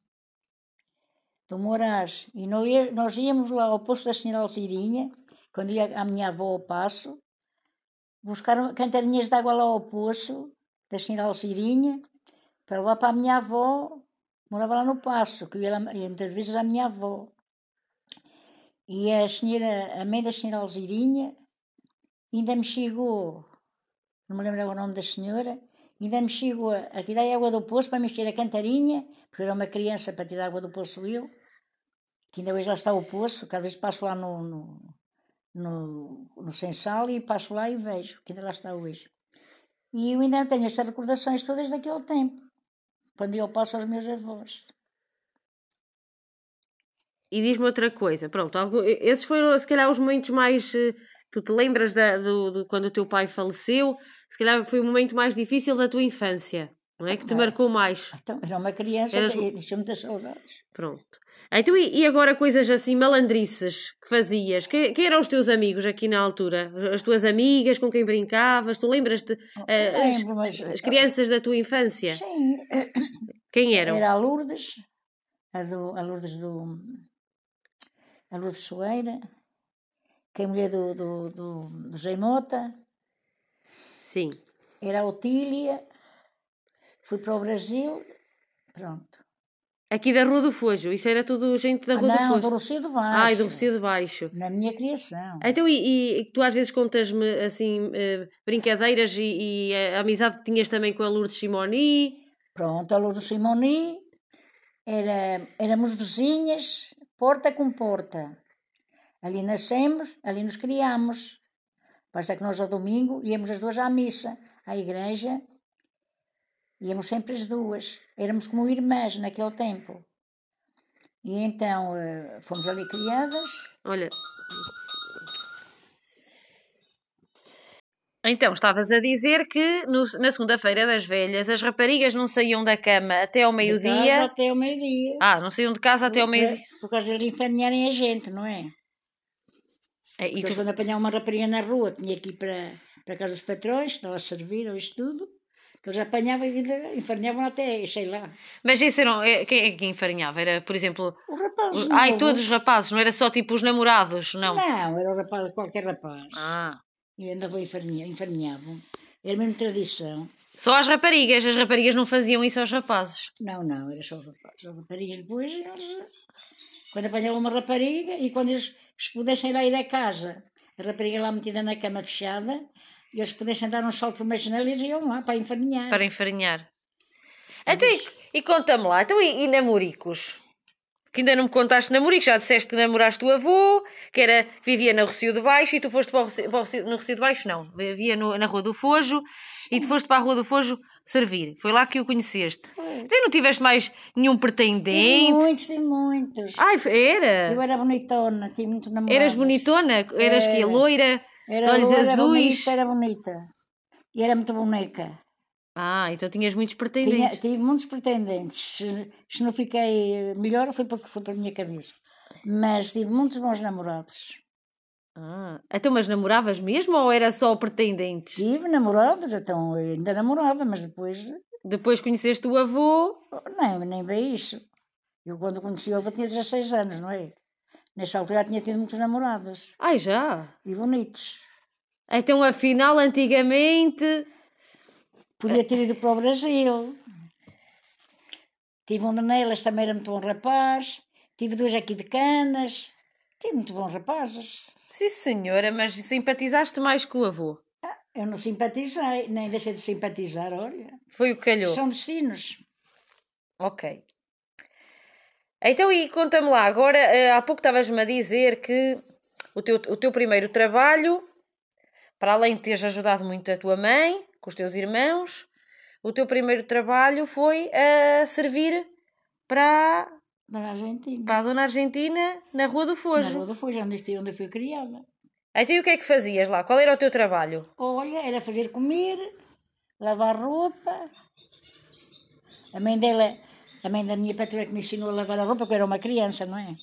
do Moraes. E nós ia- nós íamos lá ao poço da senhora Alcirinha, quando ia a minha avó ao Paço, buscar cantarinhas de água lá ao poço da senhora Alcirinha, para levar para a minha avó, que morava lá no Paço, que eu ia, lá, ia muitas vezes à minha avó. E a senhora, a mãe da senhora Alcirinha, ainda me chegou, não me lembro o nome da senhora, ainda me chegou a, a tirar a água do poço para me encher a cantarinha, porque eu era uma criança para tirar a água do poço eu, que ainda hoje lá está o poço, cada vez passo lá no, no, no, no Sensal e passo lá e vejo, que ainda lá está hoje. E eu ainda tenho estas recordações todas daquele tempo, quando eu passo aos meus avós. E diz-me outra coisa, pronto, algo- esses foram se calhar os momentos mais eh, que te lembras da, do, do- quando o teu pai faleceu, se calhar foi o momento mais difícil da tua infância, não é? Que te marcou mais. Então, era uma criança, Eras- e deixou muitas saudades. Pronto. Então, e, e agora coisas assim, malandrices que fazias? Que- Quem eram os teus amigos aqui na altura? As tuas amigas com quem brincavas? Tu lembras-te eh, as, lembro, mas- as crianças da tua infância? Sim, Quem eram? era a Lourdes, a, do, a Lourdes do... a Lourdes Soeira, que é a mulher do, do, do, do Zé Mota, Sim. era a Otília, fui para o Brasil, pronto. Aqui da Rua do Fojo, isso era tudo gente da Rua do Não, do Fojo. Rocio de Baixo. Ai, do Rocio de Baixo. Na minha criação. Então, e, e tu às vezes contas-me assim eh, brincadeiras e, e a amizade que tinhas também com a Lourdes Simoni? Pronto, a Lourdes Simoni, era, éramos vizinhas, porta com porta. Ali nascemos, ali nos criamos. Basta que nós ao domingo íamos as duas à missa, à igreja, íamos sempre as duas. Éramos como irmãs naquele tempo. E então eh, fomos ali criadas. Olha. Então, estavas a dizer que no- na segunda-feira das velhas as raparigas não saíam da cama até ao De casa meio-dia. até ao meio-dia. Ah, não saíam de casa até ao meio-dia. Por, por causa de eles enfarinharem a gente, não é? É, e Depois, tu... quando apanhava uma rapariga na rua, tinha que ir para, para casa dos patrões, que estava a servir ou isto tudo, que eles apanhavam e ainda enfarinhavam até, sei lá. Mas isso eram. é, Quem é que enfarinhava? Era, por exemplo. Os rapazes o- Ai, novos. todos os rapazes, não era só tipo os namorados, não? Não, era o rapaz, qualquer rapaz. Ah. E andavam a enfarinhar, enfarinhavam. Era mesmo tradição. Só as raparigas, as raparigas não faziam isso aos rapazes. Não, não, era só os rapazes. As raparigas depois, eles, quando apanhavam uma rapariga e quando eles, eles pudessem lá ir a casa, a rapariga lá metida na cama fechada, e eles pudessem dar um salto por uma janela, eles iam lá para enfarinhar. Para enfarinhar. Então, e, e conta-me lá, então e, e namoricos? Que ainda não me contaste namoricos, já disseste que namoraste o avô, que era, que vivia na Rocio de Baixo, e tu foste para o Rocio, para o Rocio, no Rocio de Baixo, não, vivia no, na Rua do Fojo, e tu foste para a Rua do Fojo servir. Foi lá que o conheceste. Foi. Então não tiveste mais nenhum Tive pretendente? muitos, tive muitos. Ai, era? Eu era bonitona, tive muito namorado. Eras bonitona? Eras que Era. loira? Era De olhos loira, azuis? bonita, era bonita. E era muito boneca. Ah, então tinhas muitos Tinha, pretendentes. tive muitos pretendentes. Se, se não fiquei melhor, foi porque foi para a minha cabeça. Mas tive muitos bons namorados. Ah, então mas namoravas mesmo ou era só pretendentes? Tive namorados, então ainda namorava, mas depois Depois conheceste o avô? nem, nem bem isso. Eu quando conheci o avô tinha dezasseis anos, não é? Nessa altura já tinha tido muitos namorados. Ai, já? E bonitos. Então afinal, antigamente... Podia ter ido para o Brasil. Tive um de Nelas, também era muito bom rapaz. Tive dois aqui de Canas. Tive muito bons rapazes. Sim, senhora, mas simpatizaste mais com o avô. Eu não simpatizei, nem deixei de simpatizar, olha. Foi o que calhou. São destinos. Ok. Então, e conta-me lá, agora, eh, há pouco estavas-me a dizer que o teu, o teu primeiro trabalho, para além de teres ajudado muito a tua mãe, com os teus irmãos, o teu primeiro trabalho foi a servir para, Na Argentina. para a Dona Argentina na Rua do Na Fojo. Rua do Fojo, onde estive, onde eu fui criada. Então, e o que é que fazias lá? Qual era o teu trabalho? Olha, era fazer comer, lavar roupa. A mãe dela, a mãe da minha patroa que me ensinou a lavar a roupa, porque eu era uma criança, não é?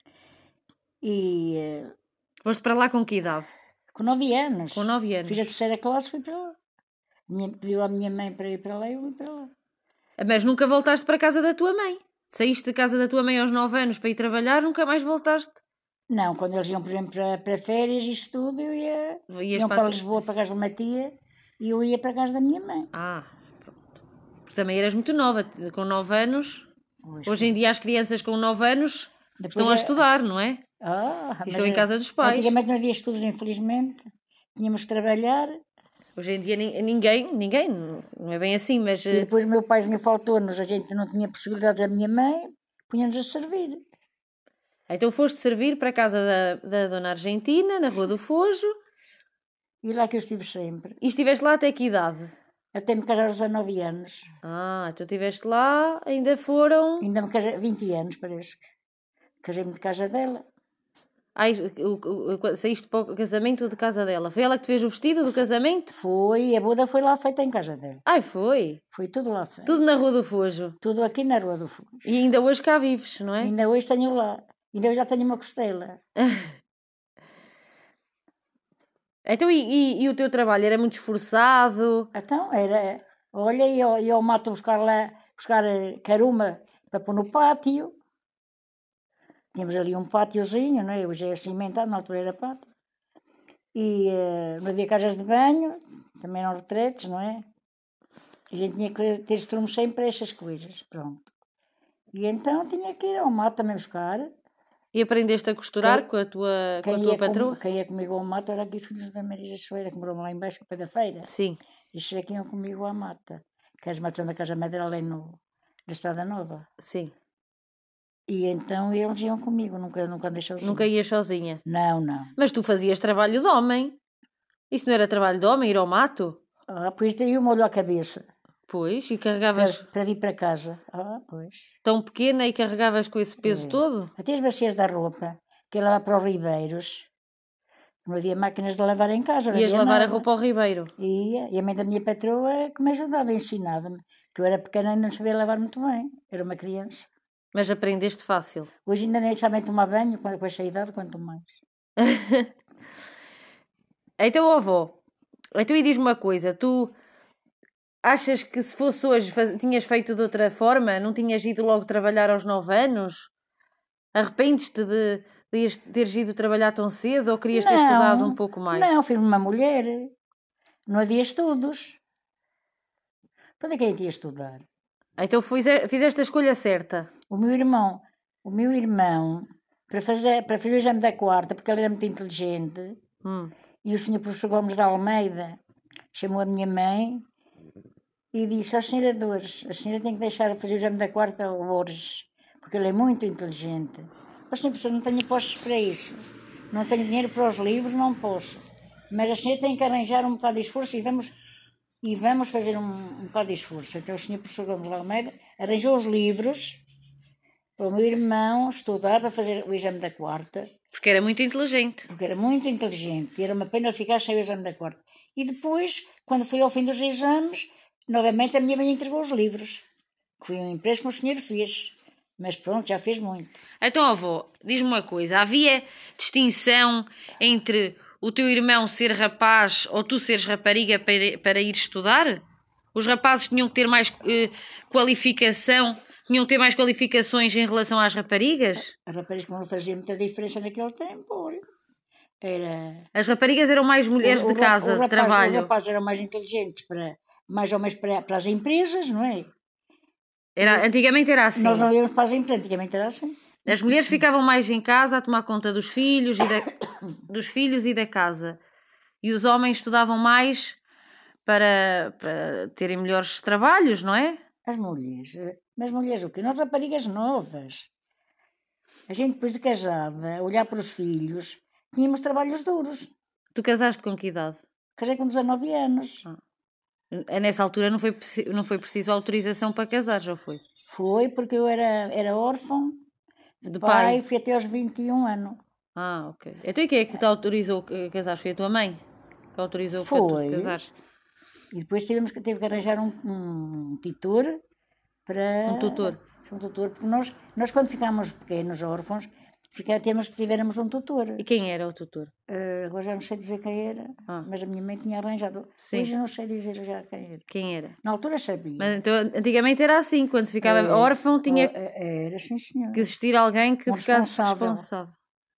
E eh, Foste para lá com que idade? com nove anos. Com nove anos. Fiz a terceira classe, fui para lá. Minha, pediu à minha mãe para ir para lá e eu fui para lá. Mas nunca voltaste para a casa da tua mãe. Saíste de casa da tua mãe aos nove anos para ir trabalhar, nunca mais voltaste. Não, quando eles iam, por exemplo, para, para férias e isto tudo, eu ia. Ias Iam para- para Lisboa, para a casa de uma tia, e eu ia para a casa da minha mãe. Ah, pronto. Porque também eras muito nova, com nove anos. Pois, Hoje em dia as crianças com nove anos Depois estão a é- estudar, não é? Ah, E mas estão em é- casa dos pais. Antigamente não havia estudos, infelizmente. Tínhamos que trabalhar. Hoje em dia nin- ninguém, ninguém, não é bem assim, mas... E eh, depois o meu paizinho faltou-nos, a gente não tinha possibilidades, a minha mãe punha-nos a servir. Então foste servir para a casa da, da Dona Argentina, na Rua do Fojo, E lá que eu estive sempre. e estiveste lá até que idade? Até me casar aos dezanove anos. Ah, então estiveste lá, ainda foram... Ainda me casei, vinte anos, parece que. Casei-me de casa dela. Ai, o, o, o- saíste para o casamento de casa dela. Foi ela que te fez o vestido do casamento? Foi, a boda foi lá feita em casa dela. Ai, foi. Foi tudo lá feito. Tudo na Rua do Fojo. Tudo aqui na Rua do Fogo. E ainda hoje cá vives, não é? Ainda hoje tenho lá. Ainda hoje já tenho uma costela. Então, e, e, e o teu trabalho era muito esforçado? Então, era. Olha, e eu, eu mato buscar lá, buscar eh, caruma para pôr no pátio. Tínhamos ali um pátiozinho, não é? Hoje é cimentado, na altura era pátio. E eh, não havia casas de banho, também eram retretes, não é? A gente tinha que ter estrumo sempre para essas coisas, pronto. E então tinha que ir ao mato também buscar. E aprendeste a costurar Quem- com a tua, com a Quem tua ia, com, patroa? quem ia comigo ao mato era aqui os filhos da Marisa Soeira, que moram lá embaixo, ao pé da feira. Sim, Estes aqui iam comigo à mata, que as matas da Casa Madeira, ali no, na Estrada Nova. sim. E então eles iam comigo, nunca, nunca andei sozinho. Nunca ias sozinha. Não, não. Mas tu fazias trabalho de homem. Isso não era trabalho de homem, ir ao mato? Ah, pois daí o molho à cabeça. Pois, e para, carregavas para vir para casa. Ah, pois. tão pequena e carregavas com esse peso todo? Até as bacias da roupa, que ia lá para os ribeiros. Não havia máquinas de lavar em casa, não Ias havia lavar a nada. roupa ao ribeiro. Ia, e a mãe da minha patroa que me ajudava, ensinava-me. Que eu era pequena e não sabia lavar muito bem. Era uma criança. Mas aprendeste fácil. Hoje ainda nem sabem tomar banho, com com esta idade, quanto mais. Então, ó avó, então e diz-me uma coisa, tu achas que se fosse hoje faz- tinhas feito de outra forma? Não tinhas ido logo trabalhar aos nove anos? Arrependes-te de, de ires- teres ido trabalhar tão cedo ou querias ter estudado um pouco mais? Não, fui uma mulher. Não havia estudos. Para que é que ia estudar? Então fize- fizeste a escolha certa. O meu irmão, o meu irmão, para fazer, para fazer o exame da quarta, porque ele era muito inteligente, Hum. e o senhor professor Gomes de Almeida chamou a minha mãe e disse: "Ó senhora Dores, a senhora tem que deixar fazer o exame da quarta ao Borges, porque ele é muito inteligente. Ó senhor professor, não tenho postos para isso. Não tenho dinheiro para os livros, não posso. Mas a senhora tem que arranjar um bocado de esforço e vamos, e vamos fazer um, um bocado de esforço." Então o senhor professor Gomes de Almeida arranjou os livros para o meu irmão estudar para fazer o exame da quarta, Porque era muito inteligente. porque era muito inteligente e era uma pena ele ficar sem o exame da quarta. E depois, quando foi ao fim dos exames, novamente a minha mãe entregou os livros, que foi um empréstimo que o senhor fez. Mas pronto, já fez muito. Então, avó, diz-me uma coisa: havia distinção entre o teu irmão ser rapaz ou tu seres rapariga para, para ir estudar? Os rapazes tinham que ter mais eh, qualificação, tinham que ter mais qualificações em relação às raparigas? A rapariga não fazia muita diferença naquele tempo. olha. Era... As raparigas eram mais mulheres o- o de rap- casa, o de rapaz, trabalho. Os rapazes eram mais inteligentes, para, mais ou menos para, para as empresas, não é? Era, antigamente era assim. Nós não íamos para as empresas, antigamente era assim. As mulheres ficavam mais em casa a tomar conta dos filhos e da, dos filhos e da casa. E os homens estudavam mais para, para terem melhores trabalhos, não é? As mulheres, eh, mas mulheres o quê? Nós raparigas novas. A gente depois de casada, olhar para os filhos, tínhamos trabalhos duros. Tu casaste com que idade? Casei com dezanove anos. Nessa altura não foi, preci- não foi preciso autorização para casar, já foi? Foi porque eu era, era órfã de, De pai, pai. fui até aos vinte e um anos. Ah, ok. Então e quem é que te autorizou a casar? Foi a tua mãe que autorizou para tu Foi. te casares? E depois tivemos, que- teve que arranjar um, um tutor para... Um tutor? Um tutor, porque nós, nós quando ficámos pequenos, órfãos, fica, temos que tivermos um tutor. E quem era o tutor? Uh, agora já não sei dizer quem era, Ah. mas a minha mãe tinha arranjado. Sim. Hoje não sei dizer já quem era. Quem era? Na altura sabia. Mas, então, antigamente era assim, quando se ficava órfão tinha Oh, era, sim senhor. que existir alguém que Um ficasse responsável. responsável.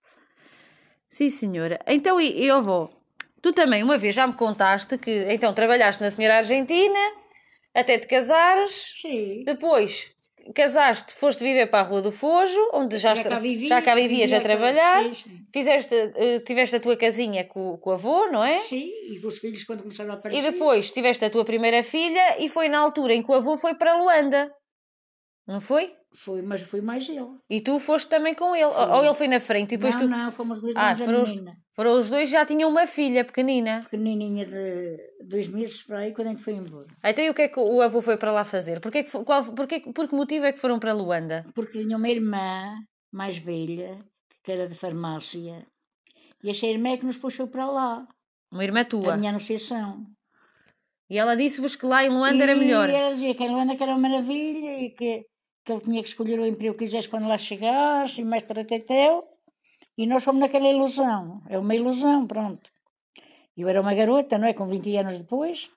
Sim, senhora. Então, e, e avó, tu também uma vez já me contaste que então trabalhaste na senhora Argentina até te casares, Sim. depois casaste, foste viver para a Rua do Fojo, onde já, Já estra- cá vivia, já cá vivias vivia a cá, trabalhar, sim, sim. fizeste, eh, tiveste a tua casinha com, com o avô, não é? Sim, e com os filhos quando começaram a E aparecer. depois tiveste a tua primeira filha e foi na altura em que o avô foi para Luanda, não foi? Foi, mas foi mais ele. E tu foste também com ele, ou ou ele foi na frente e depois não, tu... não, fomos dois Ah, anos a foram os, menina. foram os dois, já tinham uma filha pequenina. Pequenininha de dois meses para aí, quando a gente foi embora. Então e o que é que o avô foi para lá fazer? Porquê que, fo- qual, porquê, que- por que motivo é que foram para Luanda? Porque tinha uma irmã mais velha, que era de farmácia, e essa irmã é que nos puxou para lá, Uma irmã tua. a minha anunciação. E ela disse-vos que lá em Luanda era melhor. E ela dizia que em Luanda que era uma maravilha e que, que ele tinha que escolher o emprego que quisesse quando lá chegasse, e mais tarateteu. E nós fomos naquela ilusão. É uma ilusão, pronto. Eu era uma garota, não é? Com vinte anos depois.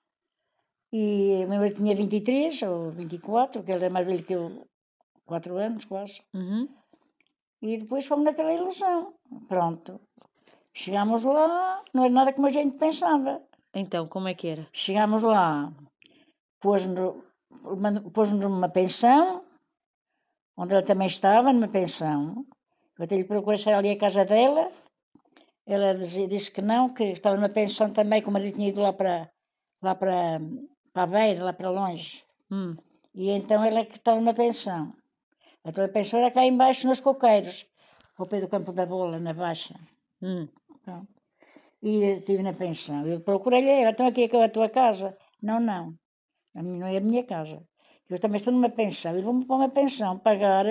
E o meu marido tinha vinte e três ou vinte e quatro, que ele é mais velho que eu, quatro anos quase. Uhum. E depois fomos naquela ilusão. Pronto. Chegámos lá, não era nada como a gente pensava. Então, como é que era? Chegámos lá, pôs-nos pôs-nos numa pensão, onde ela também estava, numa pensão. Eu até lhe procurei achar ali a casa dela. Ela dizia, disse que não, que estava numa pensão também, que o marido tinha ido lá para, lá para, para Aveiro, lá para longe. Hum. E então ela que estava numa pensão. Então a pensão era cá embaixo nos coqueiros, ao pé do Campo da Bola, na Baixa. Hum. Pronto. E estive na pensão. Eu procurei-lhe, ela, então aqui é a tua casa? Não, não. A minha, não é a minha casa. Eu também estou numa pensão. E vou-me para uma pensão pagar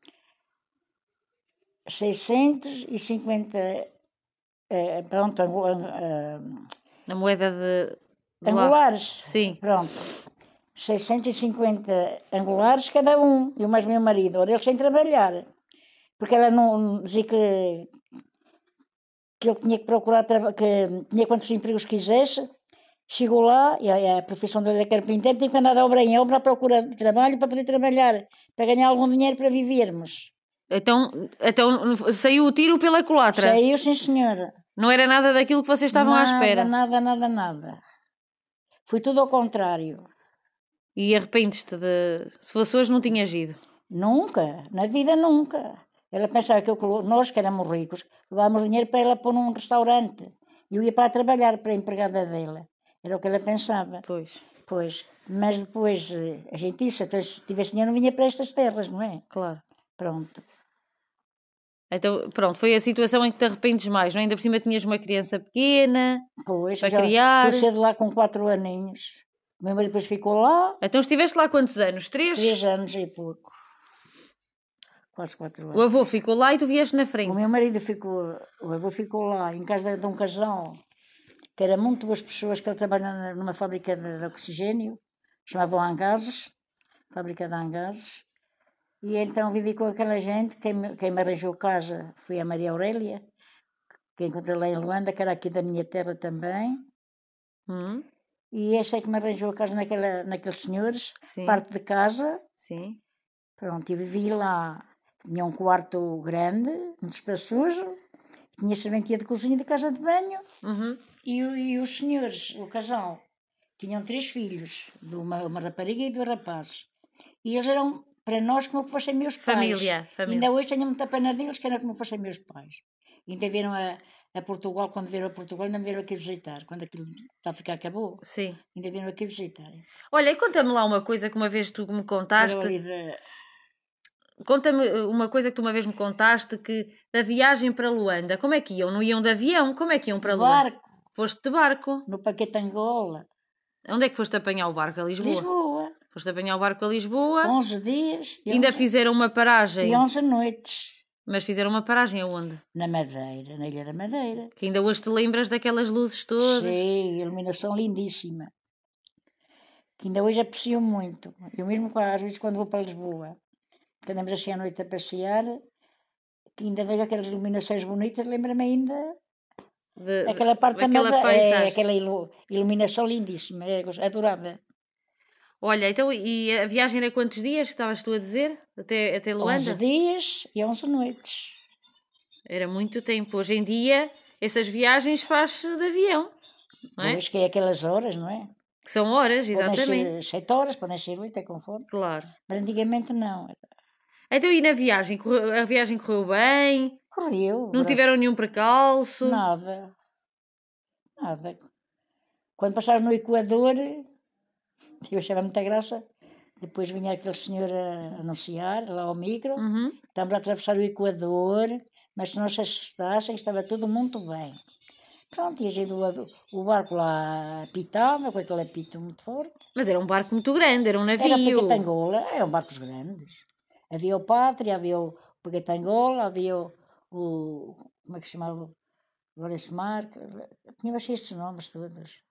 seiscentos e cinquenta eh, pronto, angu- eh, Na moeda de, de lá. angulares. Sim. Pronto. seiscentos e cinquenta angulares cada um. E o mais meu marido. Ora, eles sem trabalhar. Porque ela não dizia que, que ele tinha que procurar, traba- que tinha quantos empregos quisesse. Chegou lá, e a, a profissão dele é carpinteiro, tive que andar de obra em obra à procura de trabalho para poder trabalhar, para ganhar algum dinheiro para vivermos. Então, então saiu o tiro pela culatra. Saiu, sim senhora. Não era nada daquilo que vocês estavam à espera. Nada, nada, nada, nada. Foi tudo ao contrário. E arrependes-te de... Se fosse hoje não tinhas ido. Nunca, na vida nunca. Ela pensava que eu, nós que éramos ricos, levávamos dinheiro para ela pôr num restaurante. E eu ia para trabalhar para a empregada dela. Era o que ela pensava. Pois. Pois. Mas depois a gente disse, então, se tivesse dinheiro não vinha para estas terras, não é? Claro. Pronto. Então, pronto, foi a situação em que te arrependes mais, não é? Ainda por cima tinhas uma criança pequena, Pois, para já criar. fui cedo lá com quatro aninhos. O meu marido depois ficou lá. Então estiveste lá quantos anos? Três? Três anos e pouco. Quase quatro anos. O avô ficou lá e tu vieste na frente. O meu marido ficou, o avô ficou lá, em casa de um casal, que eram muito boas pessoas, que ele trabalha numa fábrica de, de oxigênio, chamavam Angases, fábrica de Angases. E então vivi com aquela gente. Quem me, quem me arranjou casa foi a Maria Aurélia, que encontrei lá em Luanda, que era aqui da minha terra também. Hum. E esta é que me arranjou a casa naquela, naqueles senhores, Sim. parte de casa. Sim. Pronto, eu vivi lá. Tinha um quarto grande, muito espaçoso, tinha serventia de cozinha e de casa de banho. Uhum. E, e os senhores, o casal, tinham três filhos, de uma, uma rapariga e dois rapazes. E eles eram para nós como que fossem meus pais. Família, família. Ainda hoje tenho muita pena deles, que eram como fossem meus pais. Ainda vieram a, a Portugal, quando vieram a Portugal, ainda me vieram aqui visitar. Quando aquilo da África acabou, Sim. ainda vieram aqui visitar. Olha, e conta-me lá uma coisa que uma vez tu me contaste. Era ali de... Conta-me uma coisa que tu uma vez me contaste, que da viagem para Luanda, como é que iam? Não iam de avião? Como é que iam para de Luanda? barco, Foste de barco. no Paquete Angola. Onde é que foste apanhar o barco? A Lisboa? Lisboa. Foste apanhar o barco a Lisboa. onze dias. E Ainda onze, fizeram uma paragem. e onze noites. Mas fizeram uma paragem aonde? Na Madeira, na Ilha da Madeira. Que ainda hoje te lembras daquelas luzes todas. Sim, iluminação lindíssima. Que ainda hoje aprecio muito. Eu mesmo, às vezes, quando vou para Lisboa, que andamos assim à noite a passear, que ainda vejo aquelas iluminações bonitas, lembra-me ainda De, aquela parte da daquela Madeira. É, paisagem. aquela ilu, iluminação lindíssima, é, adorava. Olha, então, e a viagem era quantos dias que estavas tu a dizer? Até, até Luanda? onze dias e onze noites. Era muito tempo. Hoje em dia, essas viagens faz-se de avião, não é? Pois que é aquelas horas, não é? Que são horas, Podem exatamente. ser sete horas, podem ser oito, é conforme. Claro. Mas antigamente não. Então, e na viagem? Correu- a viagem correu bem? Correu. Não graças- tiveram nenhum precalço? Nada. Nada. Quando passávamos no Equador, eu achava muita graça. Depois vinha aquele senhor a anunciar, lá ao micro. Uhum. Estávamos a atravessar o Equador, mas se não se assustassem, estava tudo muito bem. Pronto, e a gente, o, o barco lá apitava, com aquele apito muito forte. Mas era um barco muito grande, era um Era navio. Paquete Angola, eram barcos grandes. Havia o Pátria, havia o Paquete Angola, havia o, o. Como é que se chamava? Agora esse marco. Tinha assim estes nomes todos.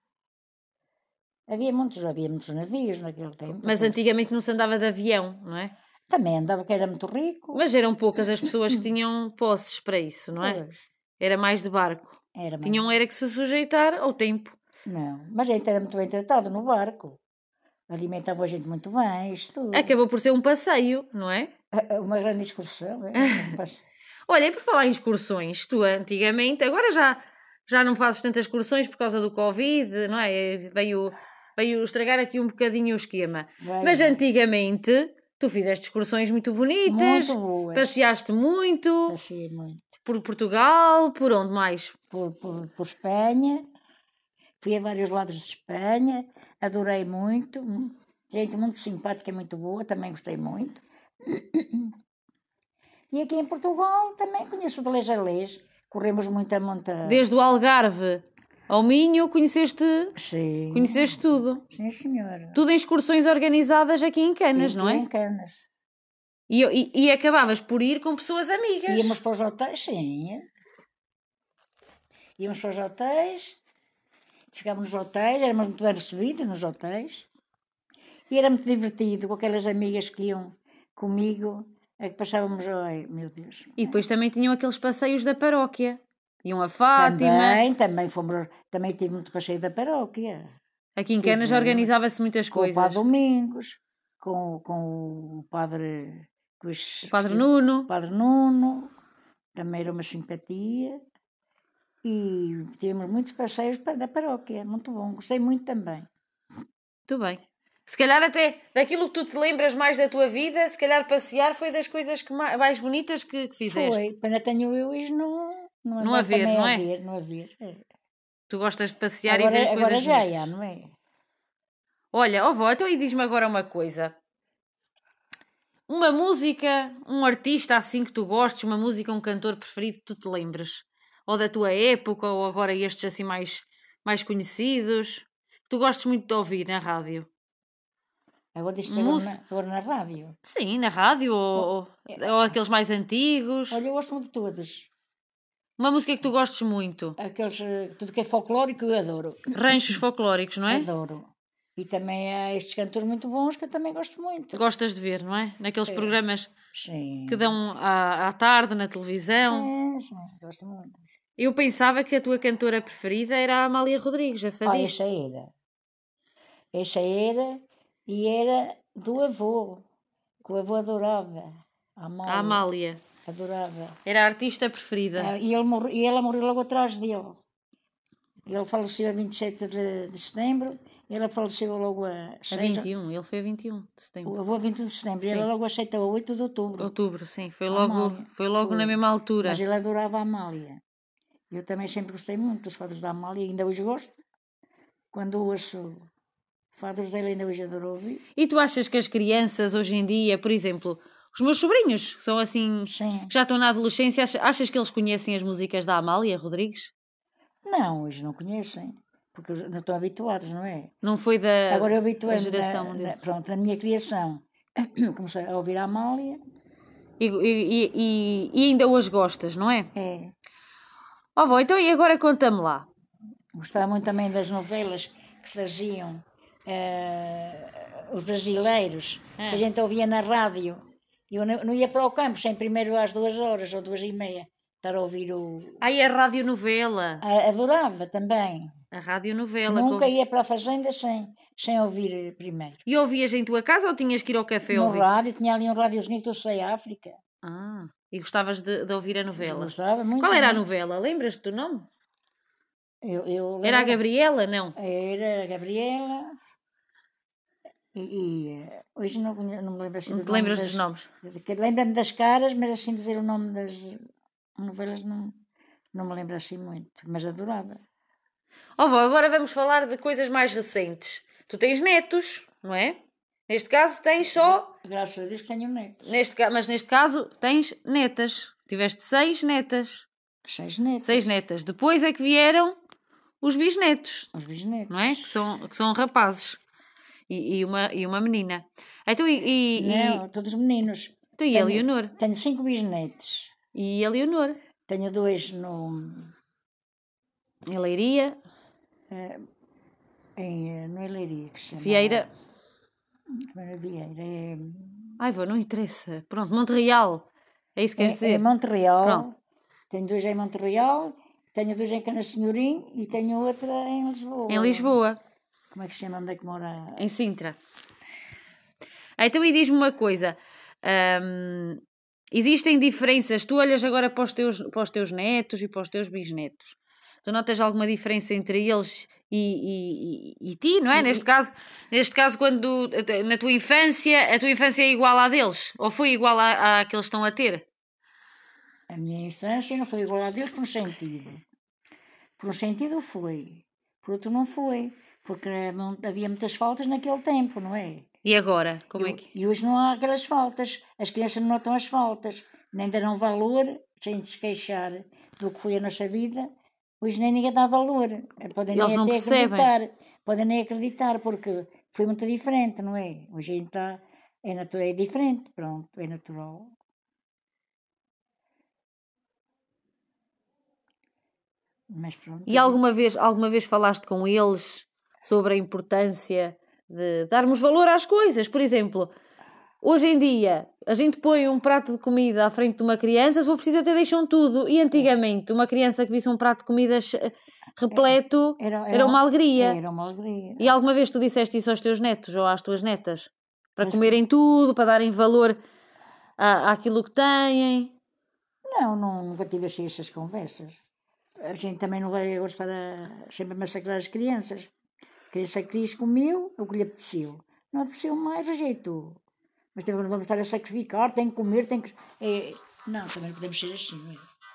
Havia muitos, havia muitos navios naquele tempo. Mas antigamente não se andava de avião, não é? Também andava, que era muito rico. Mas eram poucas as pessoas que tinham posses para isso, não é? Pois, Era mais de barco. era mais- Tinham era que se sujeitar ao tempo. Não, mas a gente era muito bem tratado no barco. Alimentavam a gente muito bem, isto tudo. Acabou por ser um passeio, não é? Uma grande excursão. É? Olha, e por falar em excursões, tu antigamente, agora já, já não fazes tantas excursões por causa do Covid, não é? Veio, veio estragar aqui um bocadinho o esquema. Veio. Mas antigamente tu fizeste excursões muito bonitas, Muito boas. passeaste muito Passei muito. por Portugal, por onde mais? Por, por, por Espanha. Fui a vários lados de Espanha. Adorei muito. Gente muito simpática, muito boa. Também gostei muito. E aqui em Portugal também conheço de leis a leis. Corremos muito a monta. Desde o Algarve ao Minho, conheceste, Sim. conheceste tudo. Sim, senhora. Tudo em excursões organizadas aqui em Canas, E não tu é? em Canas. E, e, e acabavas por ir com pessoas amigas. Íamos para os hotéis, sim. Íamos para os hotéis, ficávamos nos hotéis, éramos muito bem recebidos nos hotéis. E era muito divertido com aquelas amigas que iam comigo, a que passávamos, ai meu Deus. E depois também tinham aqueles passeios da paróquia. Iam a Fátima. Também, também fomos, também tive muito passeio da paróquia. Aqui em Canas organizava-se muitas Com o coisas. Padre Domingos, com, com o Padre... Com os, O Padre Nuno. O Padre Nuno, também era uma simpatia. E tivemos muitos passeios da paróquia, muito bom, gostei muito também. Muito bem. Se calhar até daquilo que tu te lembras mais da tua vida, se calhar passear foi das coisas que mais, mais bonitas que, que fizeste. Foi, pena tenho eu hoje não... Não, Não haver, não é? Haver, não haver. É. Tu gostas de passear Agora, e ver coisas agora já bonitas. é, não é? Olha, ó vó, então aí diz-me agora uma coisa. Uma música, um artista assim que tu gostes, uma música, um cantor preferido que tu te lembres. Ou da tua época, ou agora estes assim mais, mais conhecidos. Que tu gostes muito de ouvir na rádio. Agora diz-se Música- agora, na, agora na rádio. Sim, na rádio, ou, ou, ou aqueles mais antigos. Olha, eu gosto muito de todos. Uma música que tu gostes muito. Aqueles, eh, tudo que é folclórico eu adoro. Ranchos folclóricos, não é? Adoro. E também há estes cantores muito bons que eu também gosto muito. Gostas de ver, não é? Naqueles programas Sim. que dão à, à tarde na televisão. É, sim, gosto muito. Eu pensava que a tua cantora preferida era a Amália Rodrigues, a Ah, fadista. essa era. Essa era e era do avô, que o avô adorava. A Amália. A Amália. Adorava. Era a artista preferida. Ah, e, ele morre, e ela morreu logo atrás dele. Ele faleceu a vinte e sete de, de setembro, ela faleceu logo a... A vinte e um, ele foi a vinte e um de setembro. O avô a vinte e um de setembro, e ela logo aceita a oito de outubro. Outubro, sim. Foi A logo, Amália. foi logo Foi. na mesma altura. Mas ele adorava a Amália. Eu também sempre gostei muito dos fados da Amália, ainda hoje gosto. Quando ouço fados dela, ainda hoje adoro ouvir. E tu achas que as crianças hoje em dia, por exemplo, os meus sobrinhos, que são assim, Sim. que já estão na adolescência, achas, achas que eles conhecem as músicas da Amália Rodrigues? Não, hoje não conhecem, porque não estão habituados, não é? Não foi da, Agora eu da habituei-me geração na, dele? na, pronto, na minha criação. Comecei a ouvir a Amália. E, e, e, e ainda hoje gostas, não é? É. Ó vó, então e agora conta-me lá. Gostava muito também das novelas que faziam eh, os brasileiros, que a gente ouvia na rádio. Eu não, não ia para o campo sem primeiro às duas horas ou duas e meia estar a ouvir o. Ai, a radionovela. A- Adorava também. A radionovela. Nunca que ouvi- ia para a fazenda sem, sem ouvir eh, primeiro. E ouvias em tua casa ou tinhas que ir ao café No ouvir? rádio, tinha ali um rádiozinho que eu sei África. Ah, e gostavas de, de ouvir a novela? Gostava muito. Qual era a muito. novela? Lembras-te do nome? Eu, eu Era a lembro- Gabriela, não? Era a Gabriela. E, e, eh, hoje não, conhe- não me lembro assim Não dos te lembras das- dos nomes? que Lembro-me das caras, mas assim dizer o nome das novelas não, não me lembro assim muito. Mas adorava. Ó vó, agora vamos falar de coisas mais recentes. Tu tens netos, não é? Neste caso tens só... Graças a Deus que tenho netos. Neste, ca- mas neste caso tens netas. Tiveste seis netas. Seis netos. Seis netas. Depois é que vieram os bisnetos, Os bisnetos. não é? Que são, que são rapazes. E, e, uma, e uma menina. Então e, e, e, Não, todos meninos. então, e a Tenho- Leonor? Tenho cinco bisnetos. E a Leonor? Tenho dois no, Em Leiria, em, eh, no Leiria, que se chama. Vieira... Não era Vieira. É, Ai, vó, não interessa. Pronto, Monterreal. É isso que queres é, dizer? em Montreal. Pronto. Tenho dois em Montreal. Tenho dois em Cana Senhorim e tenho outra em Lisboa. Em Lisboa. Como é que se chama? Onde é que mora? Em Sintra. Ah, então, e diz-me uma coisa. Hum, existem diferenças? Tu olhas agora para os, teus, para os teus netos e para os teus bisnetos. Tu notas alguma diferença entre eles e, e, e, e ti, não é? Neste caso, neste caso, quando na tua infância, a tua infância é igual à deles? Ou foi igual à, à que eles estão a ter? A minha infância não foi igual a deles por um sentido. Por um sentido foi. Por outro não foi. Porque não, havia muitas faltas naquele tempo, não é? E agora? Como é que... E hoje não há aquelas faltas. As crianças não notam as faltas. Nem darão valor, sem se queixar do que foi a nossa vida, Hoje nem ninguém dá valor. Podem Eles nem não até percebem. acreditar. Podem nem acreditar, porque foi muito diferente, não é? Hoje a gente está... É, natural, é diferente, pronto, é natural. Mas pronto. E alguma vez, alguma vez falaste com eles sobre a importância de darmos valor às coisas? Por exemplo, hoje em dia, a gente põe um prato de comida à frente de uma criança, se for preciso até deixam tudo. E antigamente, uma criança que visse um prato de comida repleto Era, era, era uma alegria. Era uma alegria. E alguma vez tu disseste isso aos teus netos ou às tuas netas? Para Mas- comerem tudo, para darem valor à, àquilo que têm? Não, não, nunca tive assim essas conversas. A gente também não vai gostar a sempre massacrar as crianças. A criança quis, comeu, o que lhe apeteceu. Não apeteceu mais, rejeitou. Mas também não vamos estar a sacrificar, tem que comer, tem que... É... Não, também não podemos ser assim, não é?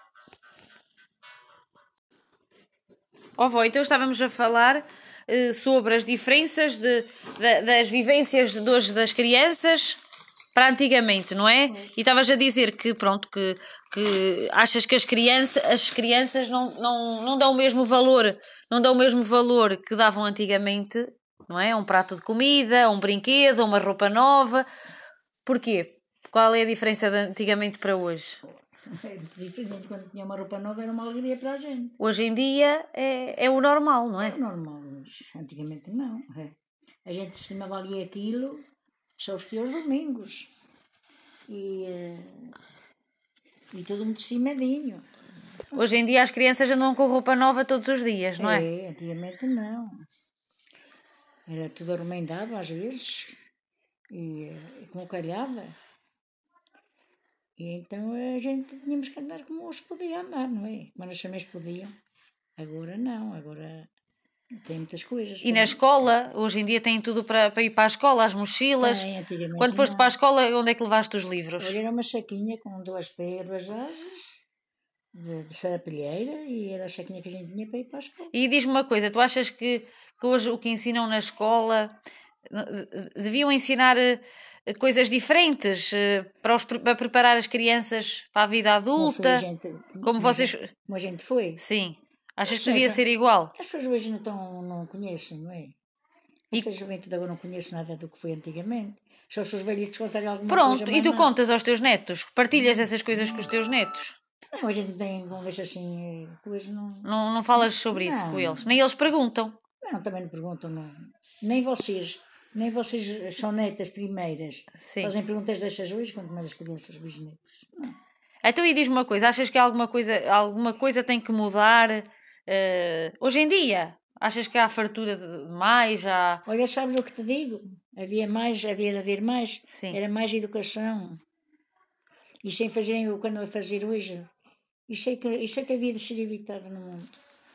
Ó vó, então estávamos a falar eh, sobre as diferenças de, de- das vivências de hoje das crianças para antigamente, não é? E estavas a dizer que, pronto, que, que achas que as crianças, as crianças não, não, não dão o mesmo valor, não dão o mesmo valor que davam antigamente, não é? Um prato de comida, um brinquedo, uma roupa nova. Porquê? Qual é a diferença de antigamente para hoje? É muito diferente. Quando tinha uma roupa nova era uma alegria para a gente. Hoje em dia é, é o normal, não É é? normal, mas antigamente não. É. A gente estimava ali aquilo só os teus domingos. E, eh, e tudo muito estimadinho. Hoje em dia as crianças andam com roupa nova todos os dias, não é? É, antigamente não. Era tudo arrumendado às vezes. E, eh, e como calhava. E então a gente tínhamos que andar como os podia andar, não é? Como as famílias podiam. Agora não, agora tem muitas coisas. E tem- na escola, hoje em dia tem tudo para, para ir para a escola, as mochilas. Tem, antigamente Quando foste não. para a escola, onde é que levaste os livros? Olha, era uma saquinha com duas peias, duas asas de, de sarapilheira e era a saquinha que a gente tinha para ir para a escola. E diz-me uma coisa, tu achas que, que hoje o que ensinam na escola eh, deviam ensinar eh, coisas diferentes eh, para, os, pre- para preparar as crianças para a vida Como foi a adulta? gente, Como a vocês... gente- como a gente foi. Sim. Achas que Sim, devia já. ser igual? As pessoas hoje não, estão, não conhecem, não é? Essa juventude agora não conhece nada do que foi antigamente. Só os seus velhos te contarem alguma Pronto, coisa. e mais tu nada. contas aos teus netos? Partilhas essas coisas com os teus netos? Não, a gente não tem conversa assim, eh, coisas não. Não, não falas sobre isso Não. com eles? Nem eles perguntam. Não, também não perguntam, não. Nem vocês, nem vocês são netas primeiras. Sim. Fazem perguntas dessas hoje, quanto mais as crianças bisnetos. Não. Então, e diz-me uma coisa, achas que alguma coisa, alguma coisa tem que mudar eh, hoje em dia? Achas que há fartura de mais? Há... Olha, sabes o que te digo? Havia mais, havia de haver mais. Sim. Era mais educação. E sem fazerem o que andam a fazer hoje. Isso é que, isso é que havia de ser evitado no mundo.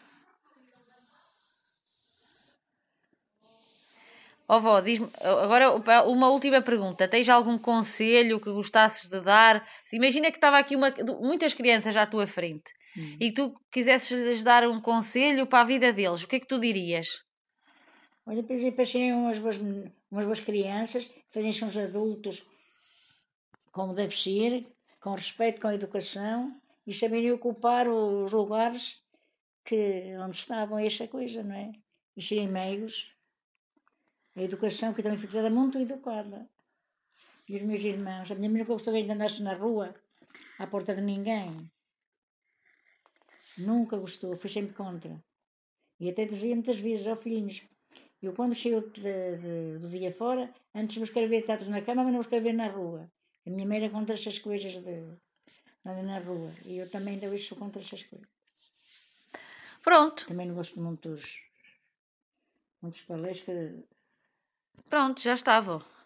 Ó vó, diz-me, agora uma última pergunta. Tens algum conselho que gostasses de dar? Imagina que estava aqui uma, muitas crianças à tua frente hum. e que tu quisesses dar um conselho para a vida deles. O que é que tu dirias? Olha, por exemplo, para serem umas boas, umas boas crianças, fazerem-se uns adultos como deve ser, com respeito, com educação e saberem ocupar os lugares que, onde estavam essa coisa, não é? E serem meigos. A educação, que eu também fui criada muito educada. E os meus irmãos, a minha mãe nunca gostou de andar-se na rua, à porta de ninguém. Nunca gostou, foi sempre contra. E até dizia muitas vezes aos filhinhos, eu quando chego de, de, do dia fora, antes de vos quero ver deitados na cama, mas não vos quero ver na rua. A minha mãe era contra essas coisas de andar na rua. E eu também ainda hoje sou contra essas coisas. Pronto. Também não gosto de muitos, muitos palés que... Pronto, já estava.